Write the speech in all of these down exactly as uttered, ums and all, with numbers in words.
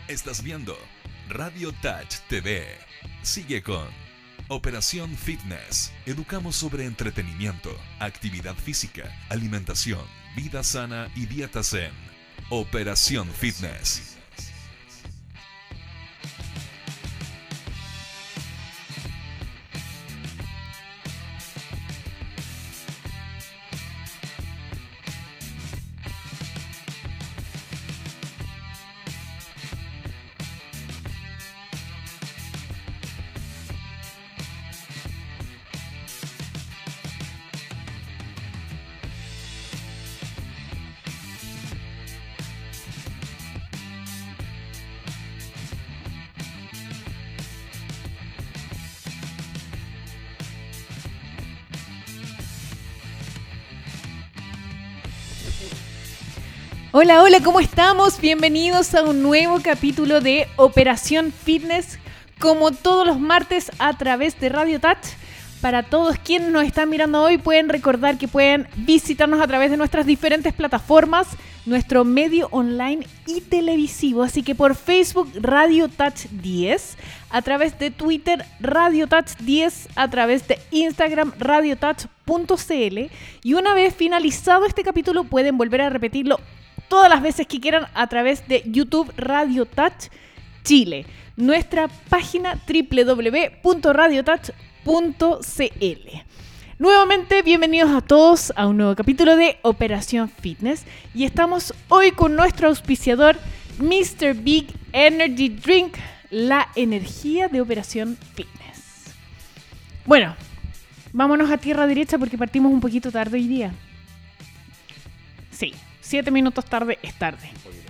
Estás viendo Radio Touch T V. Sigue con Operación Fitness. Educamos sobre entretenimiento, actividad física, alimentación, vida sana y dieta zen. Operación Fitness. Hola, hola, ¿cómo estamos? Bienvenidos a un nuevo capítulo de Operación Fitness, como todos los martes a través de Radio Touch. Para todos quienes nos están mirando hoy, pueden recordar que pueden visitarnos a través de nuestras diferentes plataformas, nuestro medio online y televisivo. Así que por Facebook, Radio Touch diez, a través de Twitter, Radio Touch diez, a través de Instagram, radio touch punto c l. Y una vez finalizado este capítulo, pueden volver a repetirlo todas las veces que quieran a través de YouTube Radio Touch Chile, nuestra página doble u doble u doble u punto radio touch punto c l. Nuevamente, bienvenidos a todos a un nuevo capítulo de Operación Fitness y estamos hoy con nuestro auspiciador mister Big Energy Drink, la energía de Operación Fitness. Bueno, vámonos a tierra derecha porque partimos un poquito tarde hoy día. Sí. Siete minutos tarde es tarde.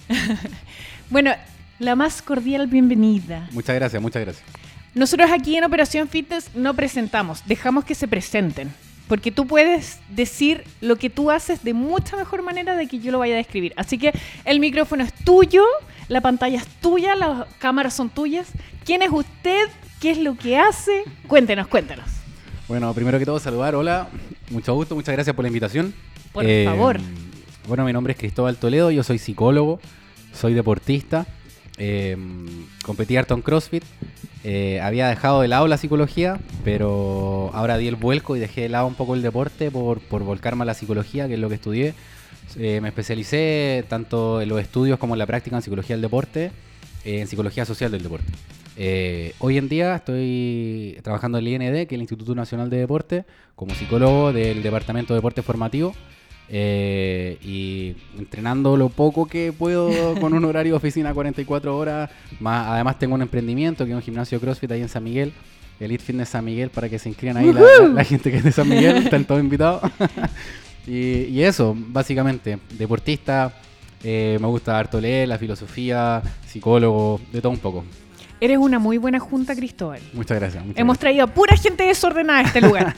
Bueno, la más cordial bienvenida. Muchas gracias, muchas gracias. Nosotros aquí en Operación Fitness no presentamos, dejamos que se presenten. Porque tú puedes decir lo que tú haces de mucha mejor manera de que yo lo vaya a describir. Así que el micrófono es tuyo, la pantalla es tuya, las cámaras son tuyas. ¿Quién es usted? ¿Qué es lo que hace? Cuéntenos, cuéntenos. Bueno, primero que todo saludar, hola, mucho gusto, muchas gracias por la invitación. Por eh, favor. Bueno, mi nombre es Cristóbal Toledo, yo soy psicólogo, soy deportista, eh, competí harto en CrossFit, eh, había dejado de lado la psicología, pero ahora di el vuelco y dejé de lado un poco el deporte por, por volcarme a la psicología, que es lo que estudié. Eh, me especialicé tanto en los estudios como en la práctica en psicología del deporte, eh, en psicología social del deporte. Eh, hoy en día estoy trabajando en el I N D, que es el Instituto Nacional de Deporte, como psicólogo del Departamento de Deporte Formativo. Eh, y entrenando lo poco que puedo con un horario de oficina cuarenta y cuatro horas. Más, además tengo un emprendimiento que es un gimnasio CrossFit ahí en San Miguel, Elite Fitness San Miguel, para que se inscriban ahí la, la, la gente que es de San Miguel, están todos invitados. y, y eso, básicamente, deportista, eh, me gusta harto leer, la filosofía, psicólogo, de todo un poco. Eres una muy buena junta, Cristóbal. Muchas gracias. Muchas Hemos gracias. traído a pura gente desordenada a este lugar.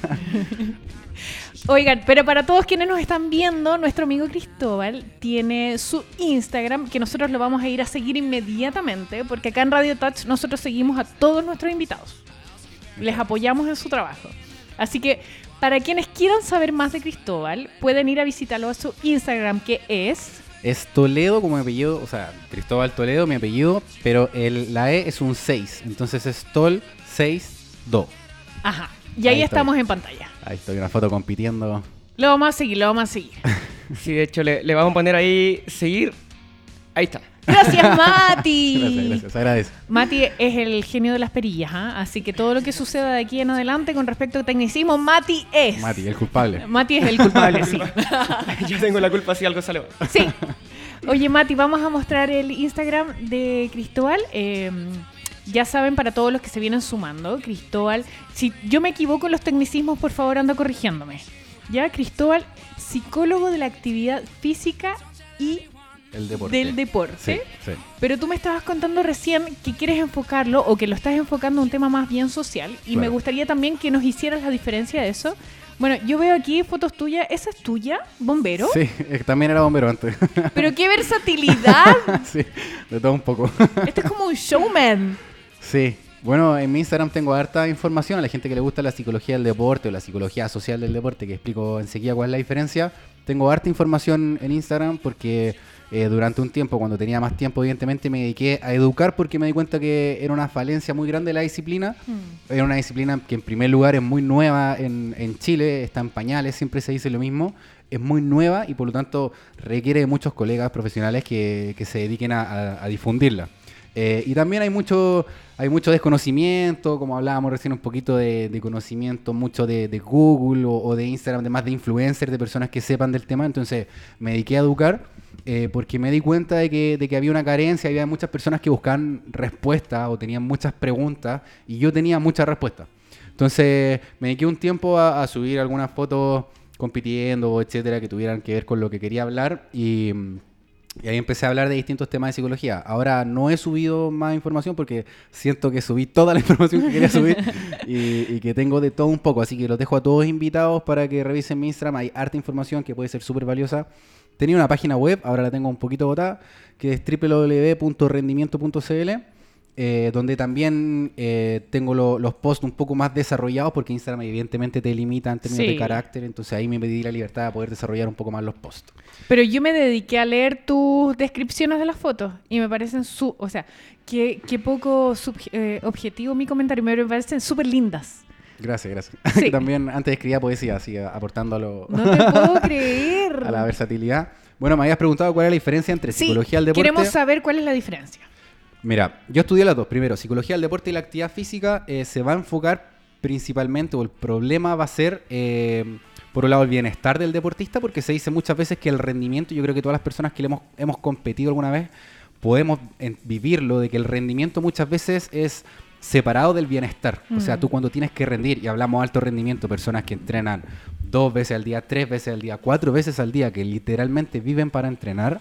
Oigan, pero para todos quienes nos están viendo, nuestro amigo Cristóbal tiene su Instagram, que nosotros lo vamos a ir a seguir inmediatamente, porque acá en Radio Touch nosotros seguimos a todos nuestros invitados. Les apoyamos en su trabajo. Así que, para quienes quieran saber más de Cristóbal, pueden ir a visitarlo a su Instagram, que es... Es Toledo como mi apellido, o sea, Cristóbal Toledo, mi apellido, pero el, la E es un seis, entonces es Tol seis do. Ajá, y ahí, ahí estamos estoy. En pantalla. Ahí estoy, una foto compitiendo. Lo vamos a seguir, lo vamos a seguir. Sí, de hecho, le, le vamos a poner ahí, seguir. Ahí está. Gracias, Mati. Gracias, gracias, agradezco. Mati es el genio de las perillas, ¿eh? Así que todo lo que suceda de aquí en adelante con respecto al tecnicismo, Mati es. Mati, el culpable. Mati es el culpable, sí. Yo tengo la culpa si algo sale mal. Sí. Oye, Mati, vamos a mostrar el Instagram de Cristóbal. Eh, ya saben, para todos los que se vienen sumando, Cristóbal, si yo me equivoco en los tecnicismos, por favor, anda corrigiéndome. Ya, Cristóbal, psicólogo de la actividad física y el deporte. del deporte. Sí, sí. Pero tú me estabas contando recién que quieres enfocarlo o que lo estás enfocando en un tema más bien social. Y claro. Me gustaría también que nos hicieras la diferencia de eso. Bueno, yo veo aquí fotos tuyas. ¿Esa es tuya, bombero? Sí, también era bombero antes. ¡Pero qué versatilidad! Sí, de todo un poco. Esto es como un showman. Sí. Bueno, en mi Instagram tengo harta información. A la gente que le gusta la psicología del deporte o la psicología social del deporte, que explico enseguida cuál es la diferencia. Tengo harta información en Instagram porque eh, durante un tiempo, cuando tenía más tiempo, evidentemente me dediqué a educar porque me di cuenta que era una falencia muy grande de la disciplina. Mm. Era una disciplina que en primer lugar es muy nueva en, en Chile, está en pañales, siempre se dice lo mismo. Es muy nueva y por lo tanto requiere de muchos colegas profesionales que, que se dediquen a, a, a difundirla. Eh, y también hay mucho, hay mucho desconocimiento, como hablábamos recién un poquito de, de conocimiento, mucho de, de Google o, o de Instagram, de más de influencers, de personas que sepan del tema. Entonces me dediqué a educar eh, porque me di cuenta de que, de que había una carencia, había muchas personas que buscaban respuestas o tenían muchas preguntas y yo tenía muchas respuestas. Entonces me dediqué un tiempo a, a subir algunas fotos compitiendo, etcétera, que tuvieran que ver con lo que quería hablar y, y ahí empecé a hablar de distintos temas de psicología. Ahora no he subido más información porque siento que subí toda la información que quería subir y, y que tengo de todo un poco, así que los dejo a todos invitados para que revisen mi Instagram. Hay harta información que puede ser súper valiosa. Tenía una página web, ahora la tengo un poquito botada, que es doble u doble u doble u punto rendimiento punto c l. Eh, donde también eh, tengo lo, los posts un poco más desarrollados porque Instagram evidentemente te limita en términos sí. de carácter, entonces ahí me pedí la libertad de poder desarrollar un poco más los posts. Pero yo me dediqué a leer tus descripciones de las fotos y me parecen, su, o sea, qué, qué poco subje- eh, objetivo mi comentario, me parecen súper lindas. Gracias, gracias. Sí. También antes escribía poesía, así aportando a lo... No te puedo creer. A la versatilidad. Bueno, me habías preguntado cuál es la diferencia entre sí, psicología del deporte. Queremos saber cuál es la diferencia. Mira, yo estudié las dos. Primero, psicología del deporte y la actividad física eh, se va a enfocar principalmente, o el problema va a ser, eh, por un lado, el bienestar del deportista, porque se dice muchas veces que el rendimiento, yo creo que todas las personas que le hemos, hemos competido alguna vez, podemos en, vivirlo, de que el rendimiento muchas veces es separado del bienestar. Mm. O sea, tú cuando tienes que rendir, y hablamos alto rendimiento, personas que entrenan dos veces al día, tres veces al día, cuatro veces al día, que literalmente viven para entrenar,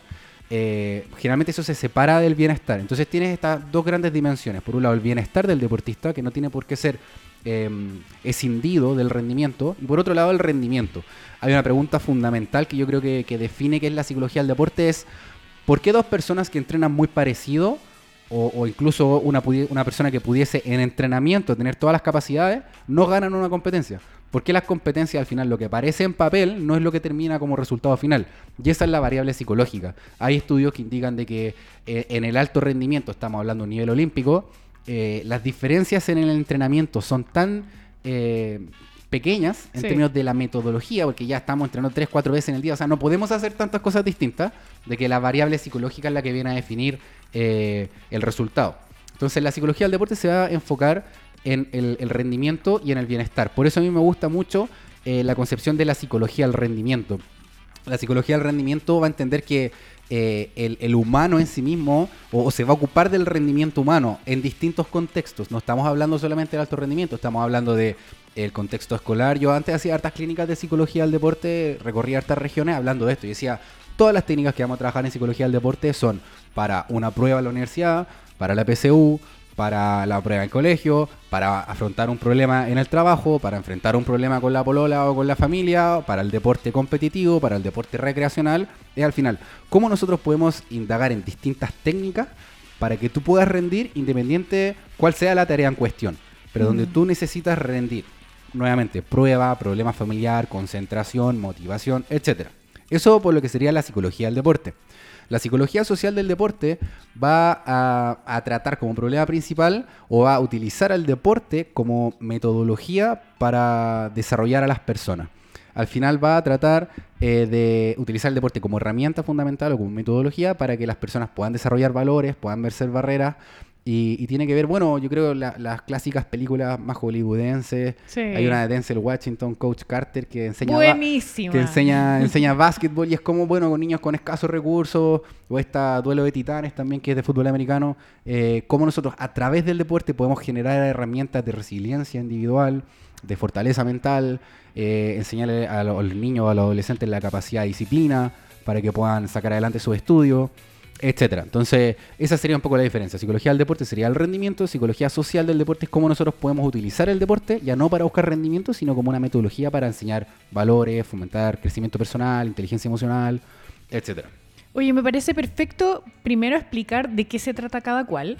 Eh, generalmente eso se separa del bienestar. Entonces tienes estas dos grandes dimensiones. Por un lado, el bienestar del deportista, que no tiene por qué ser eh, escindido del rendimiento. Y por otro lado, el rendimiento. Hay una pregunta fundamental que yo creo que, que define qué es la psicología del deporte. Es ¿por qué dos personas que entrenan muy parecido, o, o incluso una, una persona que pudiese en entrenamiento tener todas las capacidades, no ganan una competencia? Porque las competencias al final, lo que aparece en papel no es lo que termina como resultado final. Y esa es la variable psicológica. Hay estudios que indican de que eh, en el alto rendimiento, estamos hablando de un nivel olímpico, eh, las diferencias en el entrenamiento son tan eh, pequeñas en sí. términos de la metodología, porque ya estamos entrenando tres, cuatro veces en el día. O sea, no podemos hacer tantas cosas distintas, de que la variable psicológica es la que viene a definir eh, el resultado. Entonces, la psicología del deporte se va a enfocar en el, el rendimiento y en el bienestar. Por eso a mí me gusta mucho eh, la concepción de la psicología del rendimiento. La psicología del rendimiento va a entender que eh, el, el humano en sí mismo, o, o se va a ocupar del rendimiento humano en distintos contextos. No estamos hablando solamente del alto rendimiento, estamos hablando de el contexto escolar. Yo antes hacía hartas clínicas de psicología del deporte, recorría hartas regiones hablando de esto y decía, todas las técnicas que vamos a trabajar en psicología del deporte son para una prueba en la universidad, para la P S U, para la prueba en colegio, para afrontar un problema en el trabajo, para enfrentar un problema con la polola o con la familia, para el deporte competitivo, para el deporte recreacional. Y al final, ¿cómo nosotros podemos indagar en distintas técnicas para que tú puedas rendir independiente cuál sea la tarea en cuestión? Pero mm. donde tú necesitas rendir, nuevamente, prueba, problema familiar, concentración, motivación, etcétera. Eso por lo que sería la psicología del deporte. La psicología social del deporte va a, a tratar como problema principal o va a utilizar al deporte como metodología para desarrollar a las personas. Al final va a tratar eh, de utilizar el deporte como herramienta fundamental o como metodología para que las personas puedan desarrollar valores, puedan vencer barreras. Y, y tiene que ver, bueno, yo creo la, las clásicas películas más hollywoodenses. Sí. Hay una de Denzel Washington, Coach Carter, que enseña Buenísima. que enseña, enseña básquetbol y es como, bueno, con niños con escasos recursos, o esta Duelo de Titanes también, que es de fútbol americano, eh, cómo nosotros a través del deporte podemos generar herramientas de resiliencia individual, de fortaleza mental, eh, enseñarle a los, a los niños, a los adolescentes la capacidad de disciplina para que puedan sacar adelante sus estudios, etcétera. Entonces, esa sería un poco la diferencia. Psicología del deporte sería el rendimiento, psicología social del deporte es cómo nosotros podemos utilizar el deporte, ya no para buscar rendimiento, sino como una metodología para enseñar valores, fomentar crecimiento personal, inteligencia emocional, etcétera. Oye, me parece perfecto primero explicar de qué se trata cada cual,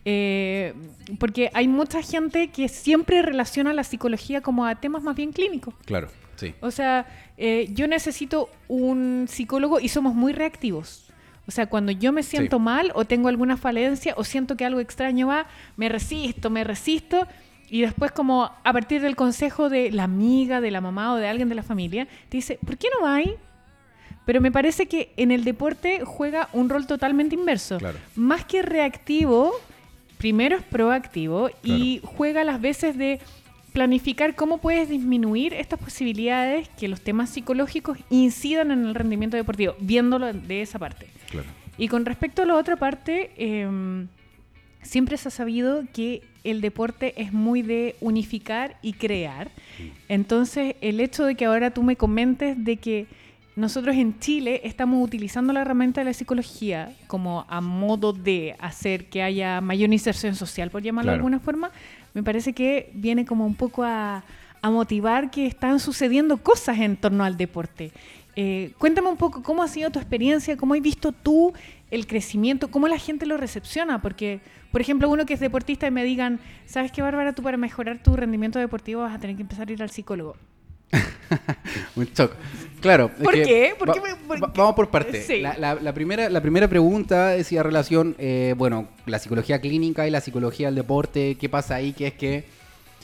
eh, porque hay mucha gente que siempre relaciona la psicología como a temas más bien clínicos. Claro, sí. O sea, eh, yo necesito un psicólogo y somos muy reactivos. O sea, cuando yo me siento Sí. mal o tengo alguna falencia o siento que algo extraño va, me resisto, me resisto. Y después como a partir del consejo de la amiga, de la mamá o de alguien de la familia, te dice, ¿por qué no va ahí? Pero me parece que en el deporte juega un rol totalmente inverso. Claro. Más que reactivo, primero es proactivo y juega las veces de planificar cómo puedes disminuir estas posibilidades que los temas psicológicos incidan en el rendimiento deportivo, viéndolo de esa parte. Claro. Y con respecto a la otra parte, eh, siempre se ha sabido que el deporte es muy de unificar y crear. Entonces, el hecho de que ahora tú me comentes de que nosotros en Chile estamos utilizando la herramienta de la psicología como a modo de hacer que haya mayor inserción social, por llamarlo Claro. de alguna forma, me parece que viene como un poco a, a motivar que están sucediendo cosas en torno al deporte. Eh, cuéntame un poco cómo ha sido tu experiencia, cómo has visto tú el crecimiento, cómo la gente lo recepciona, porque, por ejemplo, uno que es deportista y me digan, ¿sabes qué, Bárbara? Tú para mejorar tu rendimiento deportivo vas a tener que empezar a ir al psicólogo. Un shock. Claro. es ¿Por que qué? ¿Por va- qué me- por va- qué? Vamos por partes. Sí. La, la- la primera, la primera pregunta decía relación, eh, bueno, la psicología clínica y la psicología del deporte. ¿Qué pasa ahí? Que es que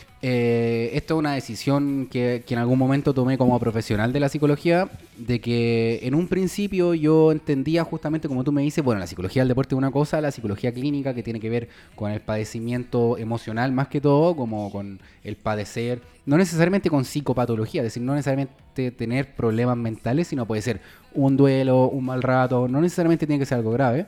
eh, esto es una decisión que, que en algún momento tomé como profesional de la psicología, de que en un principio yo entendía justamente como tú me dices, bueno, la psicología del deporte es una cosa, la psicología clínica que tiene que ver con el padecimiento emocional más que todo, como con el padecer, no necesariamente con psicopatología, es decir, no necesariamente tener problemas mentales, sino puede ser un duelo, un mal rato, no necesariamente tiene que ser algo grave,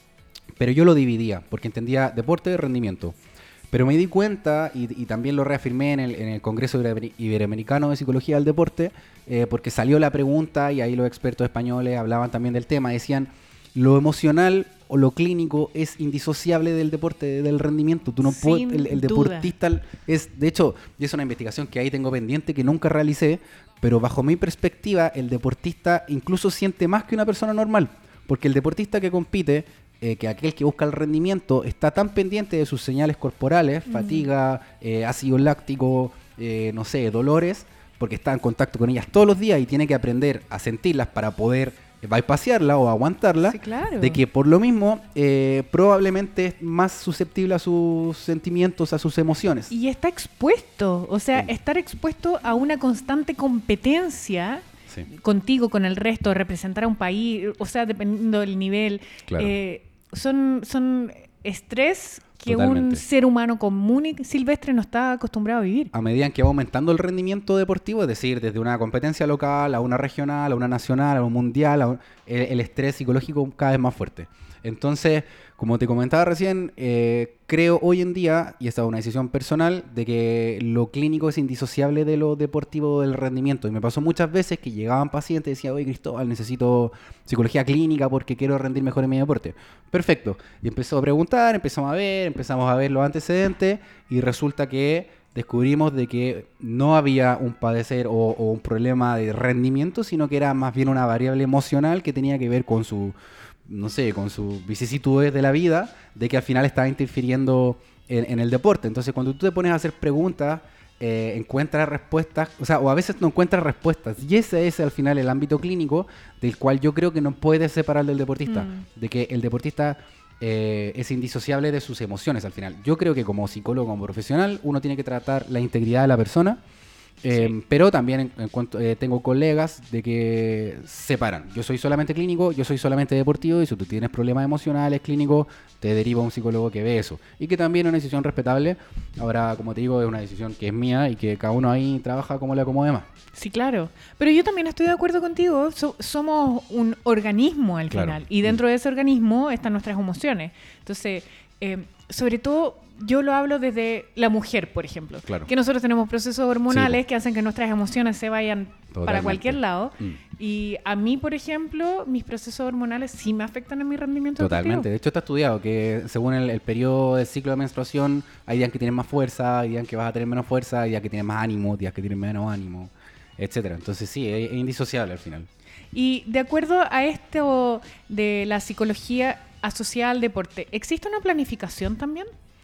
pero yo lo dividía, porque entendía deporte y rendimiento. Pero me di cuenta, y, y también lo reafirmé en el, en el Congreso Ibero- Iberoamericano de Psicología del Deporte, eh, porque salió la pregunta y ahí los expertos españoles hablaban también del tema, decían, lo emocional o lo clínico es indisociable del deporte, del rendimiento. Tú no Sin puedes, el, el duda. deportista es, de hecho, y es una investigación que ahí tengo pendiente que nunca realicé, pero bajo mi perspectiva, el deportista incluso siente más que una persona normal, porque el deportista que compite, eh, que aquel que busca el rendimiento, está tan pendiente de sus señales corporales, Mm. fatiga, eh, ácido láctico, eh, no sé, dolores, porque está en contacto con ellas todos los días y tiene que aprender a sentirlas para poder bypassarla o aguantarla, Sí, claro. de que por lo mismo eh, probablemente es más susceptible a sus sentimientos, a sus emociones. Y está expuesto, o sea, Sí. estar expuesto a una constante competencia Sí. contigo, con el resto, representar a un país, o sea, dependiendo del nivel, Claro. eh, son, son estrés que un Totalmente. ser humano común y silvestre no está acostumbrado a vivir. A medida que va aumentando el rendimiento deportivo, es decir, desde una competencia local a una regional, a una nacional, a un mundial, a un- el, el estrés psicológico cada vez más fuerte. Entonces, como te comentaba recién, eh, creo hoy en día, y esta es una decisión personal, de que lo clínico es indisociable de lo deportivo del rendimiento. Y me pasó muchas veces que llegaban pacientes y decían, oye Cristóbal, necesito psicología clínica porque quiero rendir mejor en mi deporte. Perfecto. Y empezó a preguntar, empezamos a ver, empezamos a ver los antecedentes y resulta que descubrimos de que no había un padecer o, o un problema de rendimiento, sino que era más bien una variable emocional que tenía que ver con su, no sé, con sus vicisitudes de la vida, de que al final estaba interfiriendo en, en el deporte. Entonces, cuando tú te pones a hacer preguntas, eh, encuentras respuestas, o sea, o a veces no encuentras respuestas. Y ese es al final el ámbito clínico del cual yo creo que no puedes separar del deportista, Mm. de que el deportista eh, es indisociable de sus emociones al final. Yo creo que como psicólogo, como profesional, uno tiene que tratar la integridad de la persona. Eh, Sí. Pero también en, en cuanto, eh, tengo colegas de que separan. Yo soy solamente clínico, yo soy solamente deportivo y si tú tienes problemas emocionales clínicos, te deriva a un psicólogo que ve eso. Y que también es una decisión respetable. Ahora, como te digo, es una decisión que es mía y que cada uno ahí trabaja como le acomode más. Sí, claro. Pero yo también estoy de acuerdo contigo. So- somos un organismo al Claro. final. Y dentro de ese organismo están nuestras emociones. Entonces, eh, sobre todo, yo lo hablo desde la mujer, por ejemplo. Claro. Que nosotros tenemos procesos hormonales Sí. que hacen que nuestras emociones se vayan para Totalmente. cualquier lado. Mm. Y a mí, por ejemplo, mis procesos hormonales sí me afectan en mi rendimiento Totalmente. deportivo. De hecho, está estudiado que según el, el periodo del ciclo de menstruación, hay días que tienes más fuerza, hay días que vas a tener menos fuerza, hay días que tienes más ánimo, días que tienes menos ánimo, etcétera. Entonces sí, es, es indisociable al final. Y de acuerdo a esto de la psicología asociada al deporte, ¿existe una planificación también?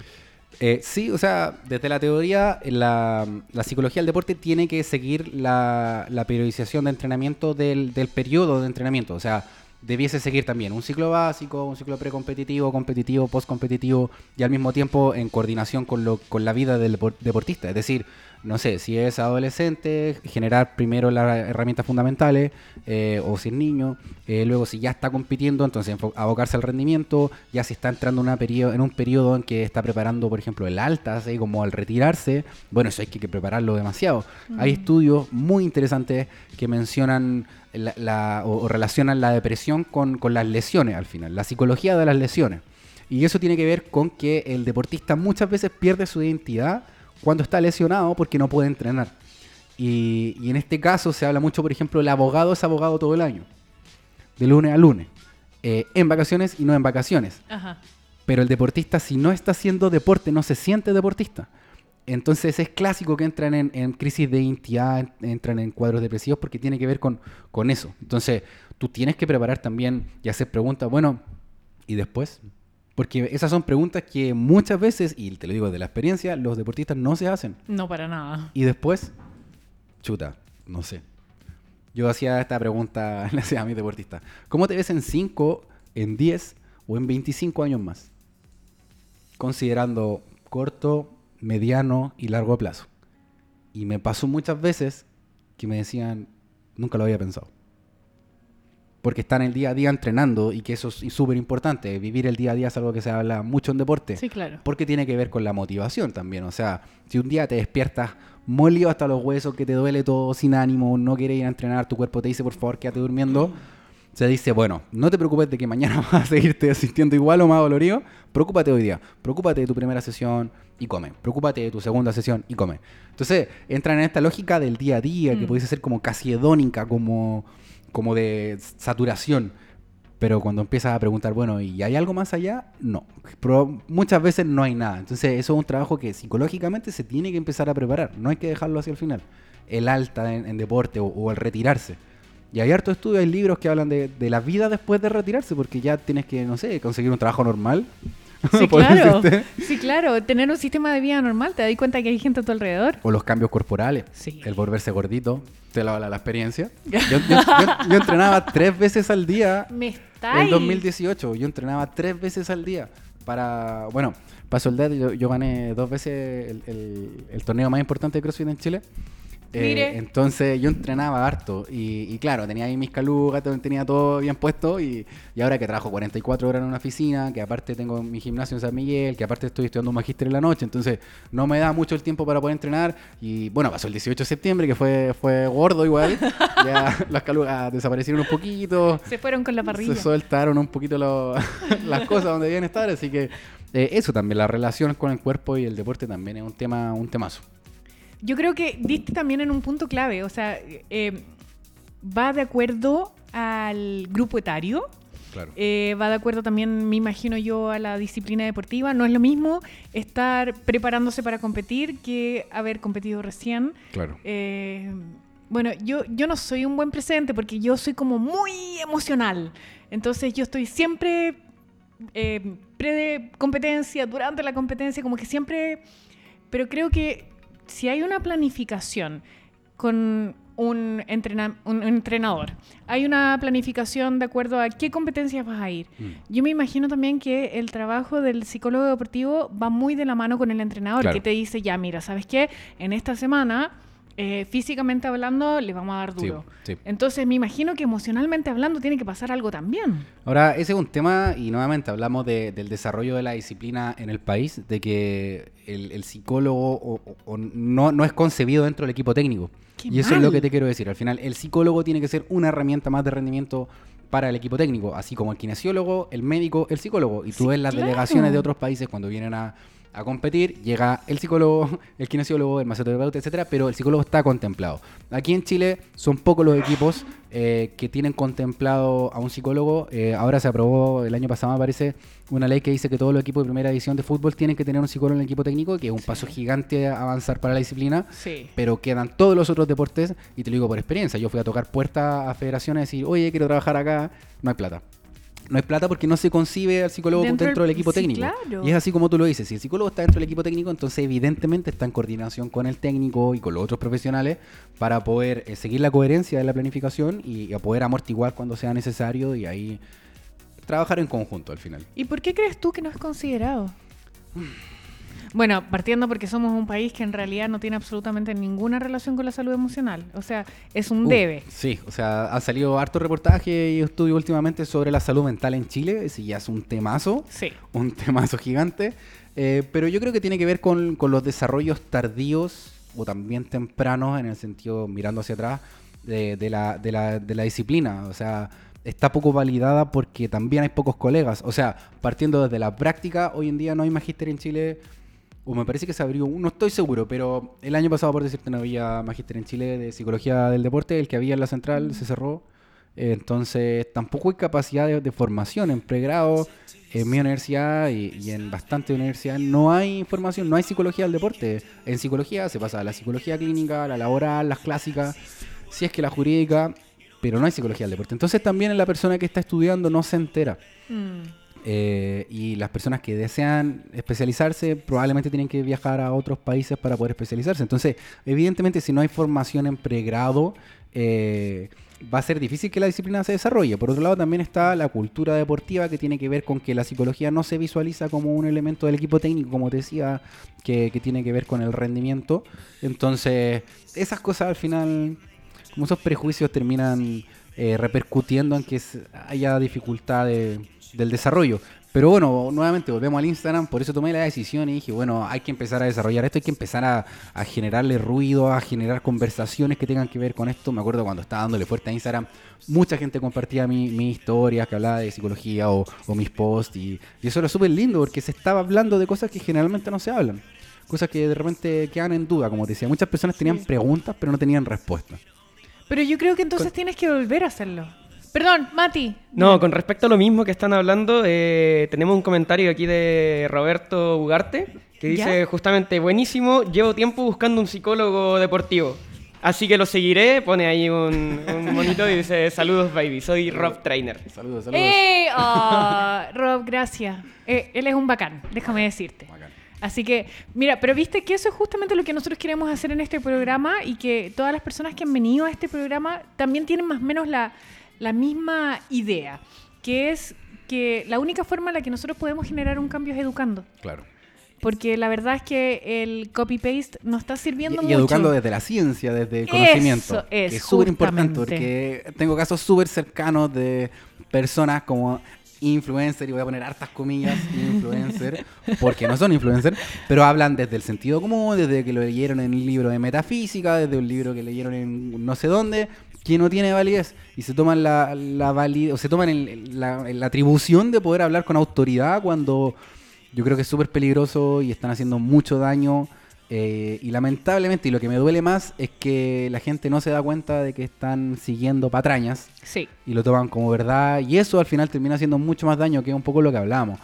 Eh, sí, o sea, desde la teoría, la, la psicología del deporte tiene que seguir la, la periodización de entrenamiento del, del periodo de entrenamiento. O sea, debiese seguir también un ciclo básico, un ciclo precompetitivo, competitivo, postcompetitivo y al mismo tiempo en coordinación con, lo, con la vida del deportista. Es decir, no sé, si es adolescente, generar primero las herramientas fundamentales, eh, o si es niño, eh, luego si ya está compitiendo, entonces abocarse al rendimiento, ya si está entrando una periodo, en un periodo en que está preparando, por ejemplo, el alta, así como al retirarse, bueno, eso hay que, que prepararlo demasiado. Mm. Hay estudios muy interesantes que mencionan la, la, o, o relacionan la depresión con, con las lesiones al final, la psicología de las lesiones. Y eso tiene que ver con que el deportista muchas veces pierde su identidad cuando está lesionado porque no puede entrenar. Y, y en este caso se habla mucho, por ejemplo, el abogado es abogado todo el año, de lunes a lunes, eh, en vacaciones y no en vacaciones. Ajá. Pero el deportista, si no está haciendo deporte, no se siente deportista. Entonces es clásico que entran en, en crisis de identidad, entran en cuadros depresivos porque tiene que ver con, con eso. Entonces tú tienes que preparar también y hacer preguntas, bueno, ¿y después? Porque esas son preguntas que muchas veces, y te lo digo de la experiencia, los deportistas no se hacen. No, para nada. Y después, chuta, no sé. Yo hacía esta pregunta, le hacía a mis deportistas. ¿Cómo te ves en cinco, en diez o en veinticinco años más? Considerando corto, mediano y largo plazo. Y me pasó muchas veces que me decían, nunca lo había pensado. Porque están el día a día entrenando y que eso es súper importante. Vivir el día a día es algo que se habla mucho en deporte. Sí, claro. Porque tiene que ver con la motivación también. O sea, si un día te despiertas molido hasta los huesos, que te duele todo, sin ánimo, no quieres ir a entrenar, tu cuerpo te dice, por favor, quédate durmiendo, se dice, bueno, no te preocupes de que mañana vas a seguirte sintiendo igual o más dolorido, preocúpate hoy día, preocúpate de tu primera sesión y come, preocúpate de tu segunda sesión y come. Entonces, entran en esta lógica del día a día, mm. que pudiese ser como casi hedónica, como... como de saturación, pero cuando empiezas a preguntar, bueno, ¿y hay algo más allá? No, pero muchas veces no hay nada. Entonces eso es un trabajo que psicológicamente se tiene que empezar a preparar, no hay que dejarlo hacia el final, el alta en, en deporte o, o el retirarse. Y hay harto estudio, hay libros que hablan de, de la vida después de retirarse, porque ya tienes que, no sé, conseguir un trabajo normal. Sí, claro. Sí, claro. Tener un sistema de vida normal, te das cuenta que hay gente a tu alrededor. O los cambios corporales. Sí. El volverse gordito. Te lo habla la experiencia. Yo, yo, yo, yo entrenaba tres veces al día. ¿Me estáis? En dos mil dieciocho. Yo entrenaba tres veces al día. Para, bueno, para soldar, yo, yo gané dos veces el, el, el torneo más importante de CrossFit en Chile. Eh, entonces yo entrenaba harto y, y claro, tenía ahí mis calugas, tenía todo bien puesto y, y ahora que trabajo cuarenta y cuatro horas en una oficina, que aparte tengo mi gimnasio en San Miguel, que aparte estoy estudiando un magíster en la noche, entonces no me da mucho el tiempo para poder entrenar y bueno, pasó el dieciocho de septiembre que fue, fue gordo igual, ya las calugas desaparecieron un poquito. Se fueron con la parrilla. Se soltaron un poquito lo, las cosas donde debían estar, así que eh, eso también, la relación con el cuerpo y el deporte también es un tema, un temazo. Yo creo que diste también en un punto clave, o sea, eh, va de acuerdo al grupo etario, claro. eh, va de acuerdo también, me imagino yo, a la disciplina deportiva. No es lo mismo estar preparándose para competir que haber competido recién. Claro. Eh, bueno, yo, yo no soy un buen presente porque yo soy como muy emocional, entonces yo estoy siempre eh, pre-competencia, durante la competencia, como que siempre, pero creo que si hay una planificación con un, entrena- un entrenador, hay una planificación de acuerdo a qué competencias vas a ir. Mm. Yo me imagino también que el trabajo del psicólogo deportivo va muy de la mano con el entrenador, claro. que te dice, ya mira, ¿sabes qué? En esta semana, eh, físicamente hablando, le vamos a dar duro. Sí, sí. Entonces me imagino que emocionalmente hablando tiene que pasar algo también. Ahora, ese es un tema, y nuevamente hablamos de, del desarrollo de la disciplina en el país, de que el, el psicólogo o, o, o no, no es concebido dentro del equipo técnico. Qué y mal. Eso es lo que te quiero decir. Al final, el psicólogo tiene que ser una herramienta más de rendimiento para el equipo técnico, así como el kinesiólogo, el médico, el psicólogo. Y tú sí, ves las claro. delegaciones de otros países cuando vienen a... a competir, llega el psicólogo, el kinesiólogo, el masoterapeuta, etcétera, pero el psicólogo está contemplado. Aquí en Chile son pocos los equipos eh, que tienen contemplado a un psicólogo. Eh, ahora se aprobó el año pasado, me parece, una ley que dice que todos los equipos de primera división de fútbol tienen que tener un psicólogo en el equipo técnico, que es un paso gigante a avanzar para la disciplina, sí. pero quedan todos los otros deportes, y te lo digo por experiencia. Yo fui a tocar puertas a federaciones y decir, oye, quiero trabajar acá, no hay plata. no hay plata porque no se concibe al psicólogo dentro, dentro del equipo sí, técnico. Claro. Y es así como tú lo dices. Si el psicólogo está dentro del equipo técnico, entonces evidentemente está en coordinación con el técnico y con los otros profesionales para poder eh, seguir la coherencia de la planificación y, y a poder amortiguar cuando sea necesario y ahí trabajar en conjunto al final. ¿Y por qué crees tú que no es considerado? Bueno, partiendo porque somos un país que en realidad no tiene absolutamente ninguna relación con la salud emocional. O sea, es un Uh, debe. Sí, o sea, han salido hartos reportajes y estudios últimamente sobre la salud mental en Chile. Ese ya es un temazo, Sí. un temazo gigante. Eh, pero yo creo que tiene que ver con, con los desarrollos tardíos o también tempranos, en el sentido, mirando hacia atrás, de, de, la, de, la, de la disciplina. O sea, está poco validada porque también hay pocos colegas. O sea, partiendo desde la práctica, hoy en día no hay magíster en Chile. O me parece que se abrió, no estoy seguro, pero el año pasado, por decirte, no había magíster en Chile de psicología del deporte. El que había en la central se cerró. Eh, entonces, tampoco hay capacidad de, de formación en pregrado. En mi universidad y, y en bastantes universidades no hay formación, no hay psicología del deporte. En psicología se pasa a la psicología clínica, la laboral, las clásicas, si es que la jurídica, pero no hay psicología del deporte. Entonces, también la persona que está estudiando no se entera. Mm. Eh, y las personas que desean especializarse probablemente tienen que viajar a otros países para poder especializarse. Entonces, evidentemente, si no hay formación en pregrado, eh, va a ser difícil que la disciplina se desarrolle. Por otro lado, también está la cultura deportiva, que tiene que ver con que la psicología no se visualiza como un elemento del equipo técnico, como te decía, que, que tiene que ver con el rendimiento. Entonces, esas cosas al final, como esos prejuicios terminan eh, repercutiendo en que haya dificultad de... del desarrollo. Pero bueno, nuevamente volvemos al Instagram, por eso tomé la decisión y dije, bueno, hay que empezar a desarrollar esto, hay que empezar a, a generarle ruido, a generar conversaciones que tengan que ver con esto. Me acuerdo cuando estaba dándole fuerte a Instagram, mucha gente compartía mi, mi historias que hablaba de psicología o, o mis posts y, y eso era súper lindo porque se estaba hablando de cosas que generalmente no se hablan. Cosas que de repente quedan en duda, como te decía. Muchas personas tenían Sí. preguntas pero no tenían respuestas. Pero yo creo que entonces Con- tienes que volver a hacerlo. Perdón, Mati. No, con respecto a lo mismo que están hablando, eh, tenemos un comentario aquí de Roberto Ugarte que dice ¿Ya? justamente, buenísimo, llevo tiempo buscando un psicólogo deportivo. Así que lo seguiré, pone ahí un, un monito y dice, saludos baby, soy Rob Trainer. Saludos, saludos. ¡Eh! Oh, Rob, gracias. Eh, él es un bacán, déjame decirte. Bacán. Así que, mira, pero viste que eso es justamente lo que nosotros queremos hacer en este programa y que todas las personas que han venido a este programa también tienen más o menos la, la misma idea, que es que la única forma en la que nosotros podemos generar un cambio es educando. Claro. Porque la verdad es que el copy-paste nos está sirviendo Y, y mucho. educando desde la ciencia, desde el conocimiento. Eso es, que es súper importante justamente. porque tengo casos súper cercanos de personas como influencer, y voy a poner hartas comillas, influencer, porque no son influencers, pero hablan desde el sentido común, desde que lo leyeron en un libro de metafísica, desde un libro que leyeron en no sé dónde, que no tiene validez, y se toman la, la validez, o se toman el- la, la atribución de poder hablar con autoridad cuando yo creo que es súper peligroso y están haciendo mucho daño. Eh, y lamentablemente, y lo que me duele más es que la gente no se da cuenta de que están siguiendo patrañas Sí. y lo toman como verdad, y eso al final termina haciendo mucho más daño, que es un poco lo que hablábamos.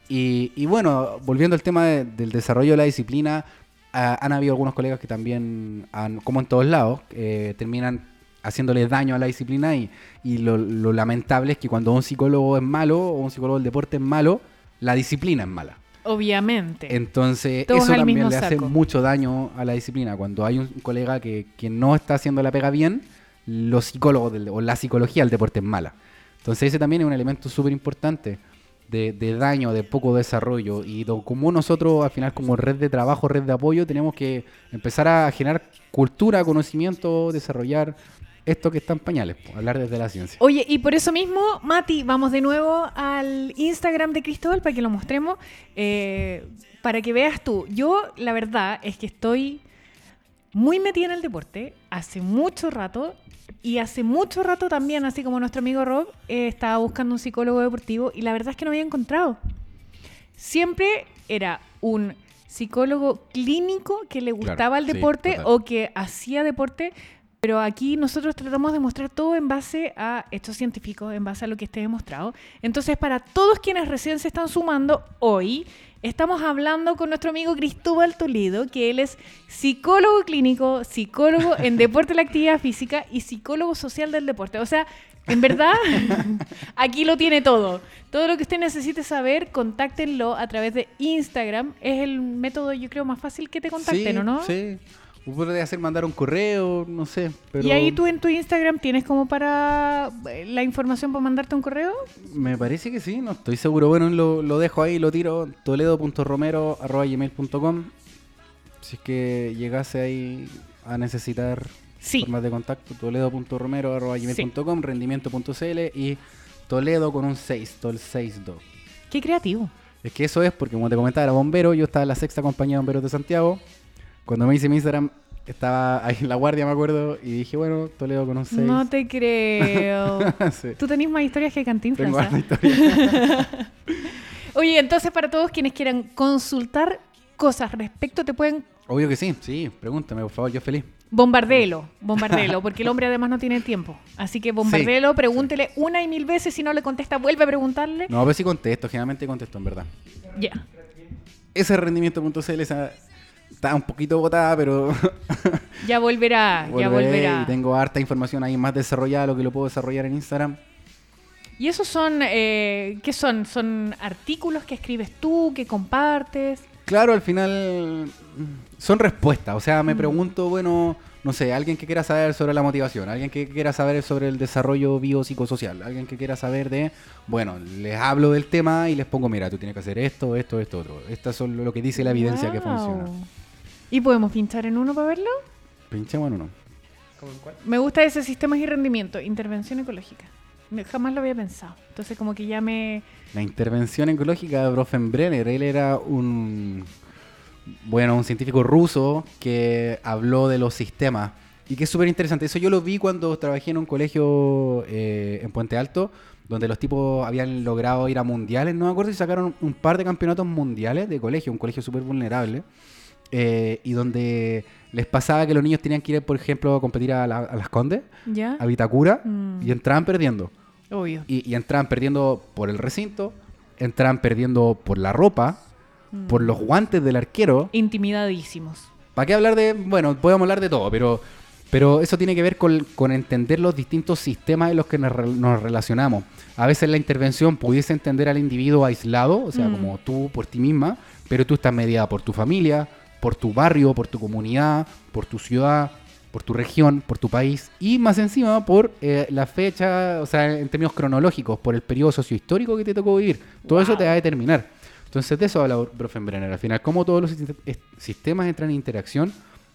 Y, y bueno, volviendo al tema de- del desarrollo de la disciplina, ah, han habido algunos colegas que también, han, como en todos lados, eh, terminan haciéndole daño a la disciplina, y, y lo, lo lamentable es que cuando un psicólogo es malo o un psicólogo del deporte es malo, la disciplina es mala. Obviamente. Entonces, Todos eso al también mismo le hace saco. mucho daño a la disciplina. Cuando hay un colega que, que no está haciendo la pega bien, los psicólogos del- o la psicología del deporte es mala. Entonces, ese también es un elemento súper importante de, de daño, de poco desarrollo. Y do- como nosotros, al final, como red de trabajo, red de apoyo, tenemos que empezar a generar cultura, conocimiento, desarrollar esto que está en pañales, po, hablar desde la ciencia. Oye, y por eso mismo, Mati, vamos de nuevo al Instagram de Cristóbal para que lo mostremos, eh, para que veas tú. Yo, la verdad, es que estoy muy metida en el deporte hace mucho rato, y hace mucho rato también, así como nuestro amigo Rob, eh, estaba buscando un psicólogo deportivo, y la verdad es que no había encontrado. Siempre era un psicólogo clínico que le Claro, gustaba el sí, deporte total. o que hacía deporte. Pero aquí nosotros tratamos de mostrar todo en base a hechos científicos, en base a lo que esté demostrado. Entonces, para todos quienes recién se están sumando, hoy estamos hablando con nuestro amigo Cristóbal Toledo, que él es psicólogo clínico, psicólogo en deporte de la actividad física y psicólogo social del deporte. O sea, En verdad, aquí lo tiene todo. Todo lo que usted necesite saber, contáctenlo a través de Instagram. Es el método, yo creo, más fácil que te contacten, sí, ¿o no? Sí, puede hacer mandar un correo, no sé. Pero ¿Y ahí tú en tu Instagram tienes como para eh, la información para mandarte un correo? me parece que sí, no estoy seguro. Bueno, lo, lo dejo ahí, lo tiro, toledo punto romero arroba gmail punto com. Si es que llegase ahí a necesitar Sí. formas de contacto, toledo punto romero arroba gmail punto com, rendimiento punto c l y Toledo con un seis, tol sesenta y dos. Qué creativo. Es que eso es porque, como te comentaba, era bombero. Yo estaba en la sexta compañía de bomberos de Santiago. Cuando me hice mi Instagram, estaba ahí en la guardia, me acuerdo, y dije, bueno, Toledo con un seis. No te creo. Sí. Tú tenés más historias que Cantinflas. Tengo ¿ah? harta historia. Oye, entonces para todos quienes quieran consultar cosas respecto, te pueden Obvio que sí, sí, pregúntame, por favor, yo feliz. bombardelo, bombardelo, porque el hombre además no tiene tiempo. Así que bombardelo, Sí, pregúntele una y mil veces, si no le contesta, vuelve a preguntarle. No, pero sí contesto, generalmente contesto, en verdad. Ya. Ese rendimiento punto c l esa, está un poquito botada, pero Ya volverá, ya volveré volverá. y tengo harta información ahí más desarrollada, lo que lo puedo desarrollar en Instagram. ¿Y esos son, eh, qué son? ¿Son artículos que escribes tú, que compartes? Claro, al final mm, son respuestas. O sea, me Mm. pregunto, bueno, no sé, alguien que quiera saber sobre la motivación, alguien que quiera saber sobre el desarrollo biopsicosocial, alguien que quiera saber de, bueno, les hablo del tema y les pongo, mira, tú tienes que hacer esto, esto, esto, otro. Estas son lo que dice la evidencia que Guau. funciona. ¿Y podemos pinchar en uno para verlo? Pinchemos en uno. ¿Cómo en cuál? Me gusta ese sistemas y rendimiento, intervención ecológica. Me- Jamás lo había pensado. Entonces como que ya me... La intervención ecológica de Bronfenbrenner, él era un, bueno, un científico ruso que habló de los sistemas y que es súper interesante. Eso yo lo vi cuando trabajé en un colegio eh, en Puente Alto, donde los tipos habían logrado ir a mundiales, no me acuerdo si sacaron un par de campeonatos mundiales de colegio, un colegio súper vulnerable, eh, y donde les pasaba que los niños tenían que ir, por ejemplo, a competir a, la- a Las Condes, ¿Ya? a Vitacura, Mm. y entraban perdiendo. Obvio. Y, y entraban perdiendo por el recinto, entraban perdiendo por la ropa, Mm. por los guantes del arquero. Intimidadísimos. ¿Para qué hablar de...? Bueno, podemos hablar de todo, pero, pero eso tiene que ver con, con entender los distintos sistemas en los que nos, re- nos relacionamos. A veces la intervención pudiese entender al individuo aislado, o sea, Mm. como tú por ti misma, pero tú estás mediada por tu familia, por tu barrio, por tu comunidad, por tu ciudad, por tu región, por tu país y más encima por eh, la fecha, o sea, en términos cronológicos, por el periodo sociohistórico que te tocó vivir. Todo eso Wow. te va a determinar. Entonces de eso habla Bronfenbrenner. Al final, cómo todos los sist- est- sistemas entran en interacción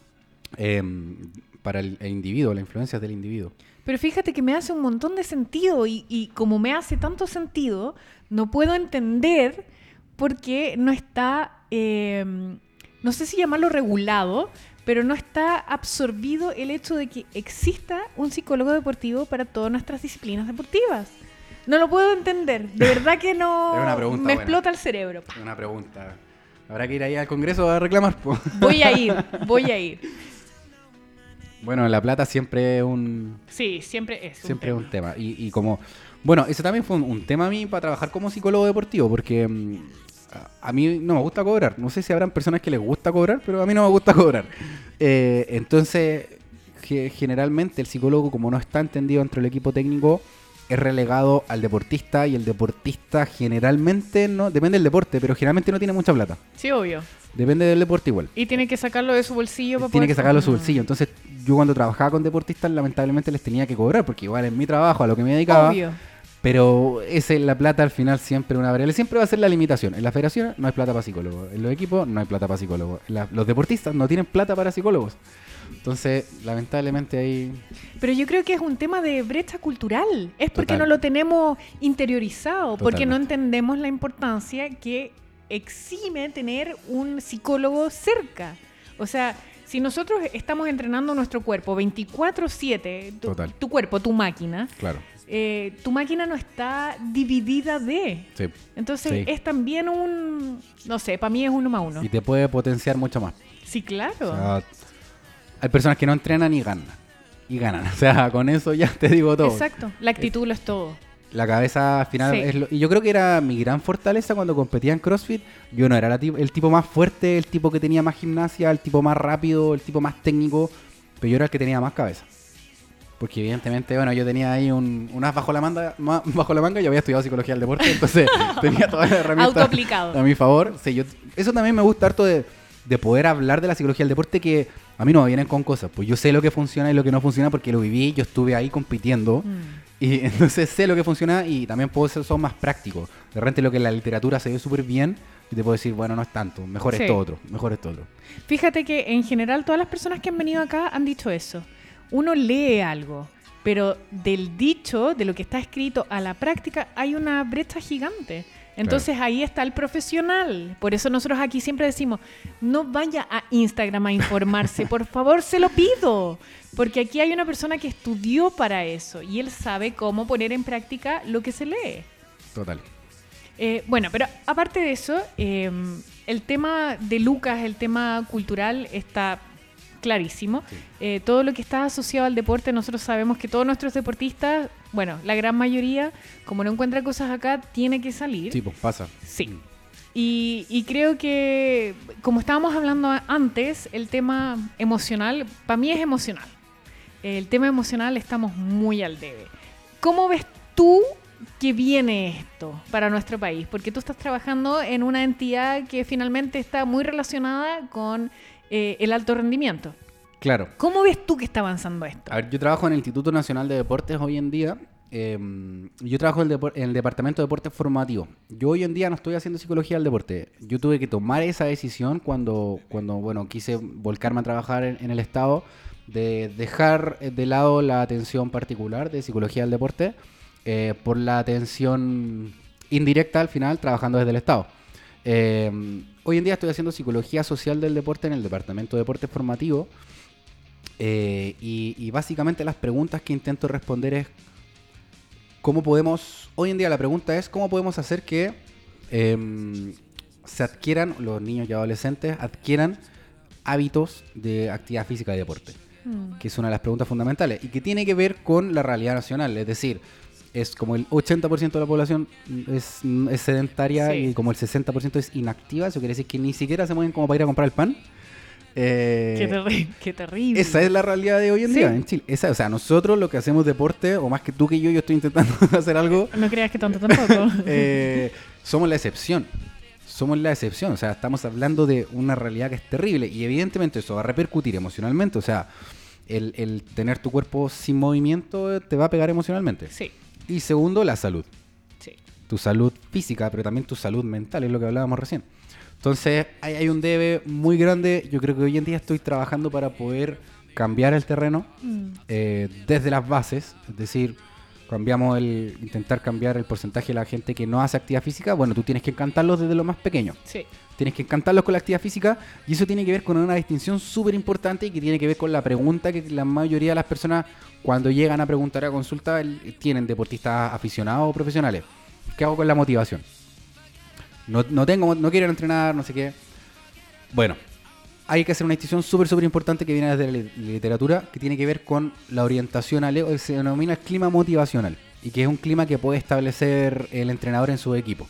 eh, para el, el individuo, la influencia del individuo. Pero fíjate que me hace un montón de sentido y, y como me hace tanto sentido, no puedo entender por qué no está, eh, no sé si llamarlo regulado, pero no está absorbido el hecho de que exista un psicólogo deportivo para todas nuestras disciplinas deportivas. No lo puedo entender, de verdad que no Es una pregunta me buena. explota el cerebro. Una pregunta. Habrá que ir ahí al Congreso a reclamar, po. Voy a ir, voy a ir. Bueno, La Plata siempre es un, Sí, siempre es. un siempre es tema. un tema. Y, y como, bueno, ese también fue un, un tema a mí para trabajar como psicólogo deportivo, porque mm, a, a mí no me gusta cobrar. No sé si habrán personas que les gusta cobrar, pero a mí no me gusta cobrar. Eh, entonces, ge- generalmente el psicólogo, como no está entendido entre el equipo técnico, es relegado al deportista y el deportista generalmente no, depende del deporte, pero generalmente no tiene mucha plata. Sí, obvio. Depende del deporte igual. Y tiene que sacarlo de su bolsillo para Tiene poder- que sacarlo de su Mm. bolsillo. Entonces, yo cuando trabajaba con deportistas, lamentablemente les tenía que cobrar, porque igual en mi trabajo, a lo que me dedicaba, Obvio. pero esa es la plata al final siempre una variable. Siempre va a ser la limitación. En la federación no hay plata para psicólogos. En los equipos no hay plata para psicólogos. En la- los deportistas no tienen plata para psicólogos. Entonces, lamentablemente ahí... Pero yo creo que es un tema de brecha cultural. Es porque Total. no lo tenemos interiorizado, porque no Totalmente. entendemos la importancia que exime tener un psicólogo cerca. O sea, si nosotros estamos entrenando nuestro cuerpo veinticuatro siete, tu, Total. tu cuerpo, tu máquina, Claro. eh, tu máquina no está dividida de... Sí. Entonces Sí. es también un... No sé, para mí es uno más uno. Y te puede potenciar mucho más. Sí, claro. O sea, hay personas que no entrenan y ganan. Y ganan. O sea, con eso ya te digo todo. Exacto. La actitud lo es todo. La cabeza al final Sí. es lo- y yo creo que era mi gran fortaleza cuando competía en CrossFit. Yo no era la ti- el tipo más fuerte, el tipo que tenía más gimnasia, el tipo más rápido, el tipo más técnico, pero yo era el que tenía más cabeza. porque evidentemente, bueno, yo tenía ahí un, unas bajo la manga, ma- bajo la manga, yo había estudiado psicología del deporte, entonces tenía todas las herramientas Autoaplicado. a mi favor. Sí, yo, eso también me gusta harto de, de poder hablar de la psicología del deporte, que a mí no me vienen con cosas, pues yo sé lo que funciona y lo que no funciona porque lo viví, yo estuve ahí compitiendo, Mm. y entonces sé lo que funciona y también puedo ser son más prácticos. De repente lo que en la literatura se ve súper bien, y te puedo decir, bueno, no es tanto, mejor Sí. esto otro, mejor esto otro. Fíjate que en general todas las personas que han venido acá han dicho eso. Uno lee algo, pero del dicho, de lo que está escrito a la práctica, hay una brecha gigante. Entonces ahí está el profesional. Por eso nosotros aquí siempre decimos, no vaya a Instagram a informarse, por favor, se lo pido. Porque aquí hay una persona que estudió para eso y él sabe cómo poner en práctica lo que se lee. Total. Eh, bueno, pero aparte de eso, eh, el tema de Lucas, el tema cultural está clarísimo. Sí. Eh, todo lo que está asociado al deporte, nosotros sabemos que todos nuestros deportistas, bueno, la gran mayoría, como no encuentra cosas acá, tiene que salir. Sí, pues pasa. Sí. Y, y creo que, como estábamos hablando a- antes, el tema emocional, para mí es emocional. El tema emocional estamos muy al debe. ¿Cómo ves tú que viene esto para nuestro país? Porque tú estás trabajando en una entidad que finalmente está muy relacionada con eh, el alto rendimiento. Claro. ¿Cómo ves tú que está avanzando esto? A ver, yo trabajo en el Instituto Nacional de Deportes hoy en día. eh, yo trabajo en el, depor- en el Departamento de Deportes Formativo. Yo hoy en día no estoy haciendo psicología del deporte. Yo tuve que tomar esa decisión cuando, cuando bueno, quise volcarme a trabajar en, en el Estado, de dejar de lado la atención particular de psicología del deporte eh, por la atención indirecta al final trabajando desde el Estado. Eh, hoy en día estoy haciendo psicología social del deporte en el Departamento de Deportes Formativo. Eh, y, y básicamente las preguntas que intento responder es cómo podemos, hoy en día la pregunta es cómo podemos hacer que eh, se adquieran, los niños y adolescentes adquieran hábitos de actividad física y deporte, Mm. que es una de las preguntas fundamentales y que tiene que ver con la realidad nacional, es decir, es como el ochenta por ciento de la población es, es sedentaria Sí. y como el sesenta por ciento es inactiva, eso quiere decir que ni siquiera se mueven como para ir a comprar el pan. Eh, Qué, terri- qué terrible. esa es la realidad de hoy en Sí. día en Chile. Esa, o sea, nosotros lo que hacemos deporte, o más que tú que yo, yo estoy intentando hacer algo, No creas que tanto tampoco. eh, somos la excepción. Somos la excepción. O sea, estamos hablando de una realidad que es terrible. Y evidentemente eso va a repercutir emocionalmente. O sea, el, el tener tu cuerpo sin movimiento te va a pegar emocionalmente. Sí, Y segundo, la salud. sí. Tu salud física, pero también tu salud mental, es lo que hablábamos recién. Entonces, hay, hay un debe muy grande. Yo creo que hoy en día estoy trabajando para poder cambiar el terreno Mm. eh, desde las bases. Es decir, cambiamos el intentar cambiar el porcentaje de la gente que no hace actividad física. Bueno, tú tienes que encantarlos desde lo más pequeño. Sí. Tienes que encantarlos con la actividad física y eso tiene que ver con una distinción súper importante y que tiene que ver con la pregunta que la mayoría de las personas cuando llegan a preguntar a consulta el- tienen deportistas aficionados o profesionales. ¿Qué hago con la motivación? No, no tengo, no quiero entrenar, no sé qué. Bueno, hay que hacer una distinción súper, súper importante que viene desde la li- literatura que tiene que ver con la orientación al ego, se denomina el clima motivacional y que es un clima que puede establecer el entrenador en su equipo.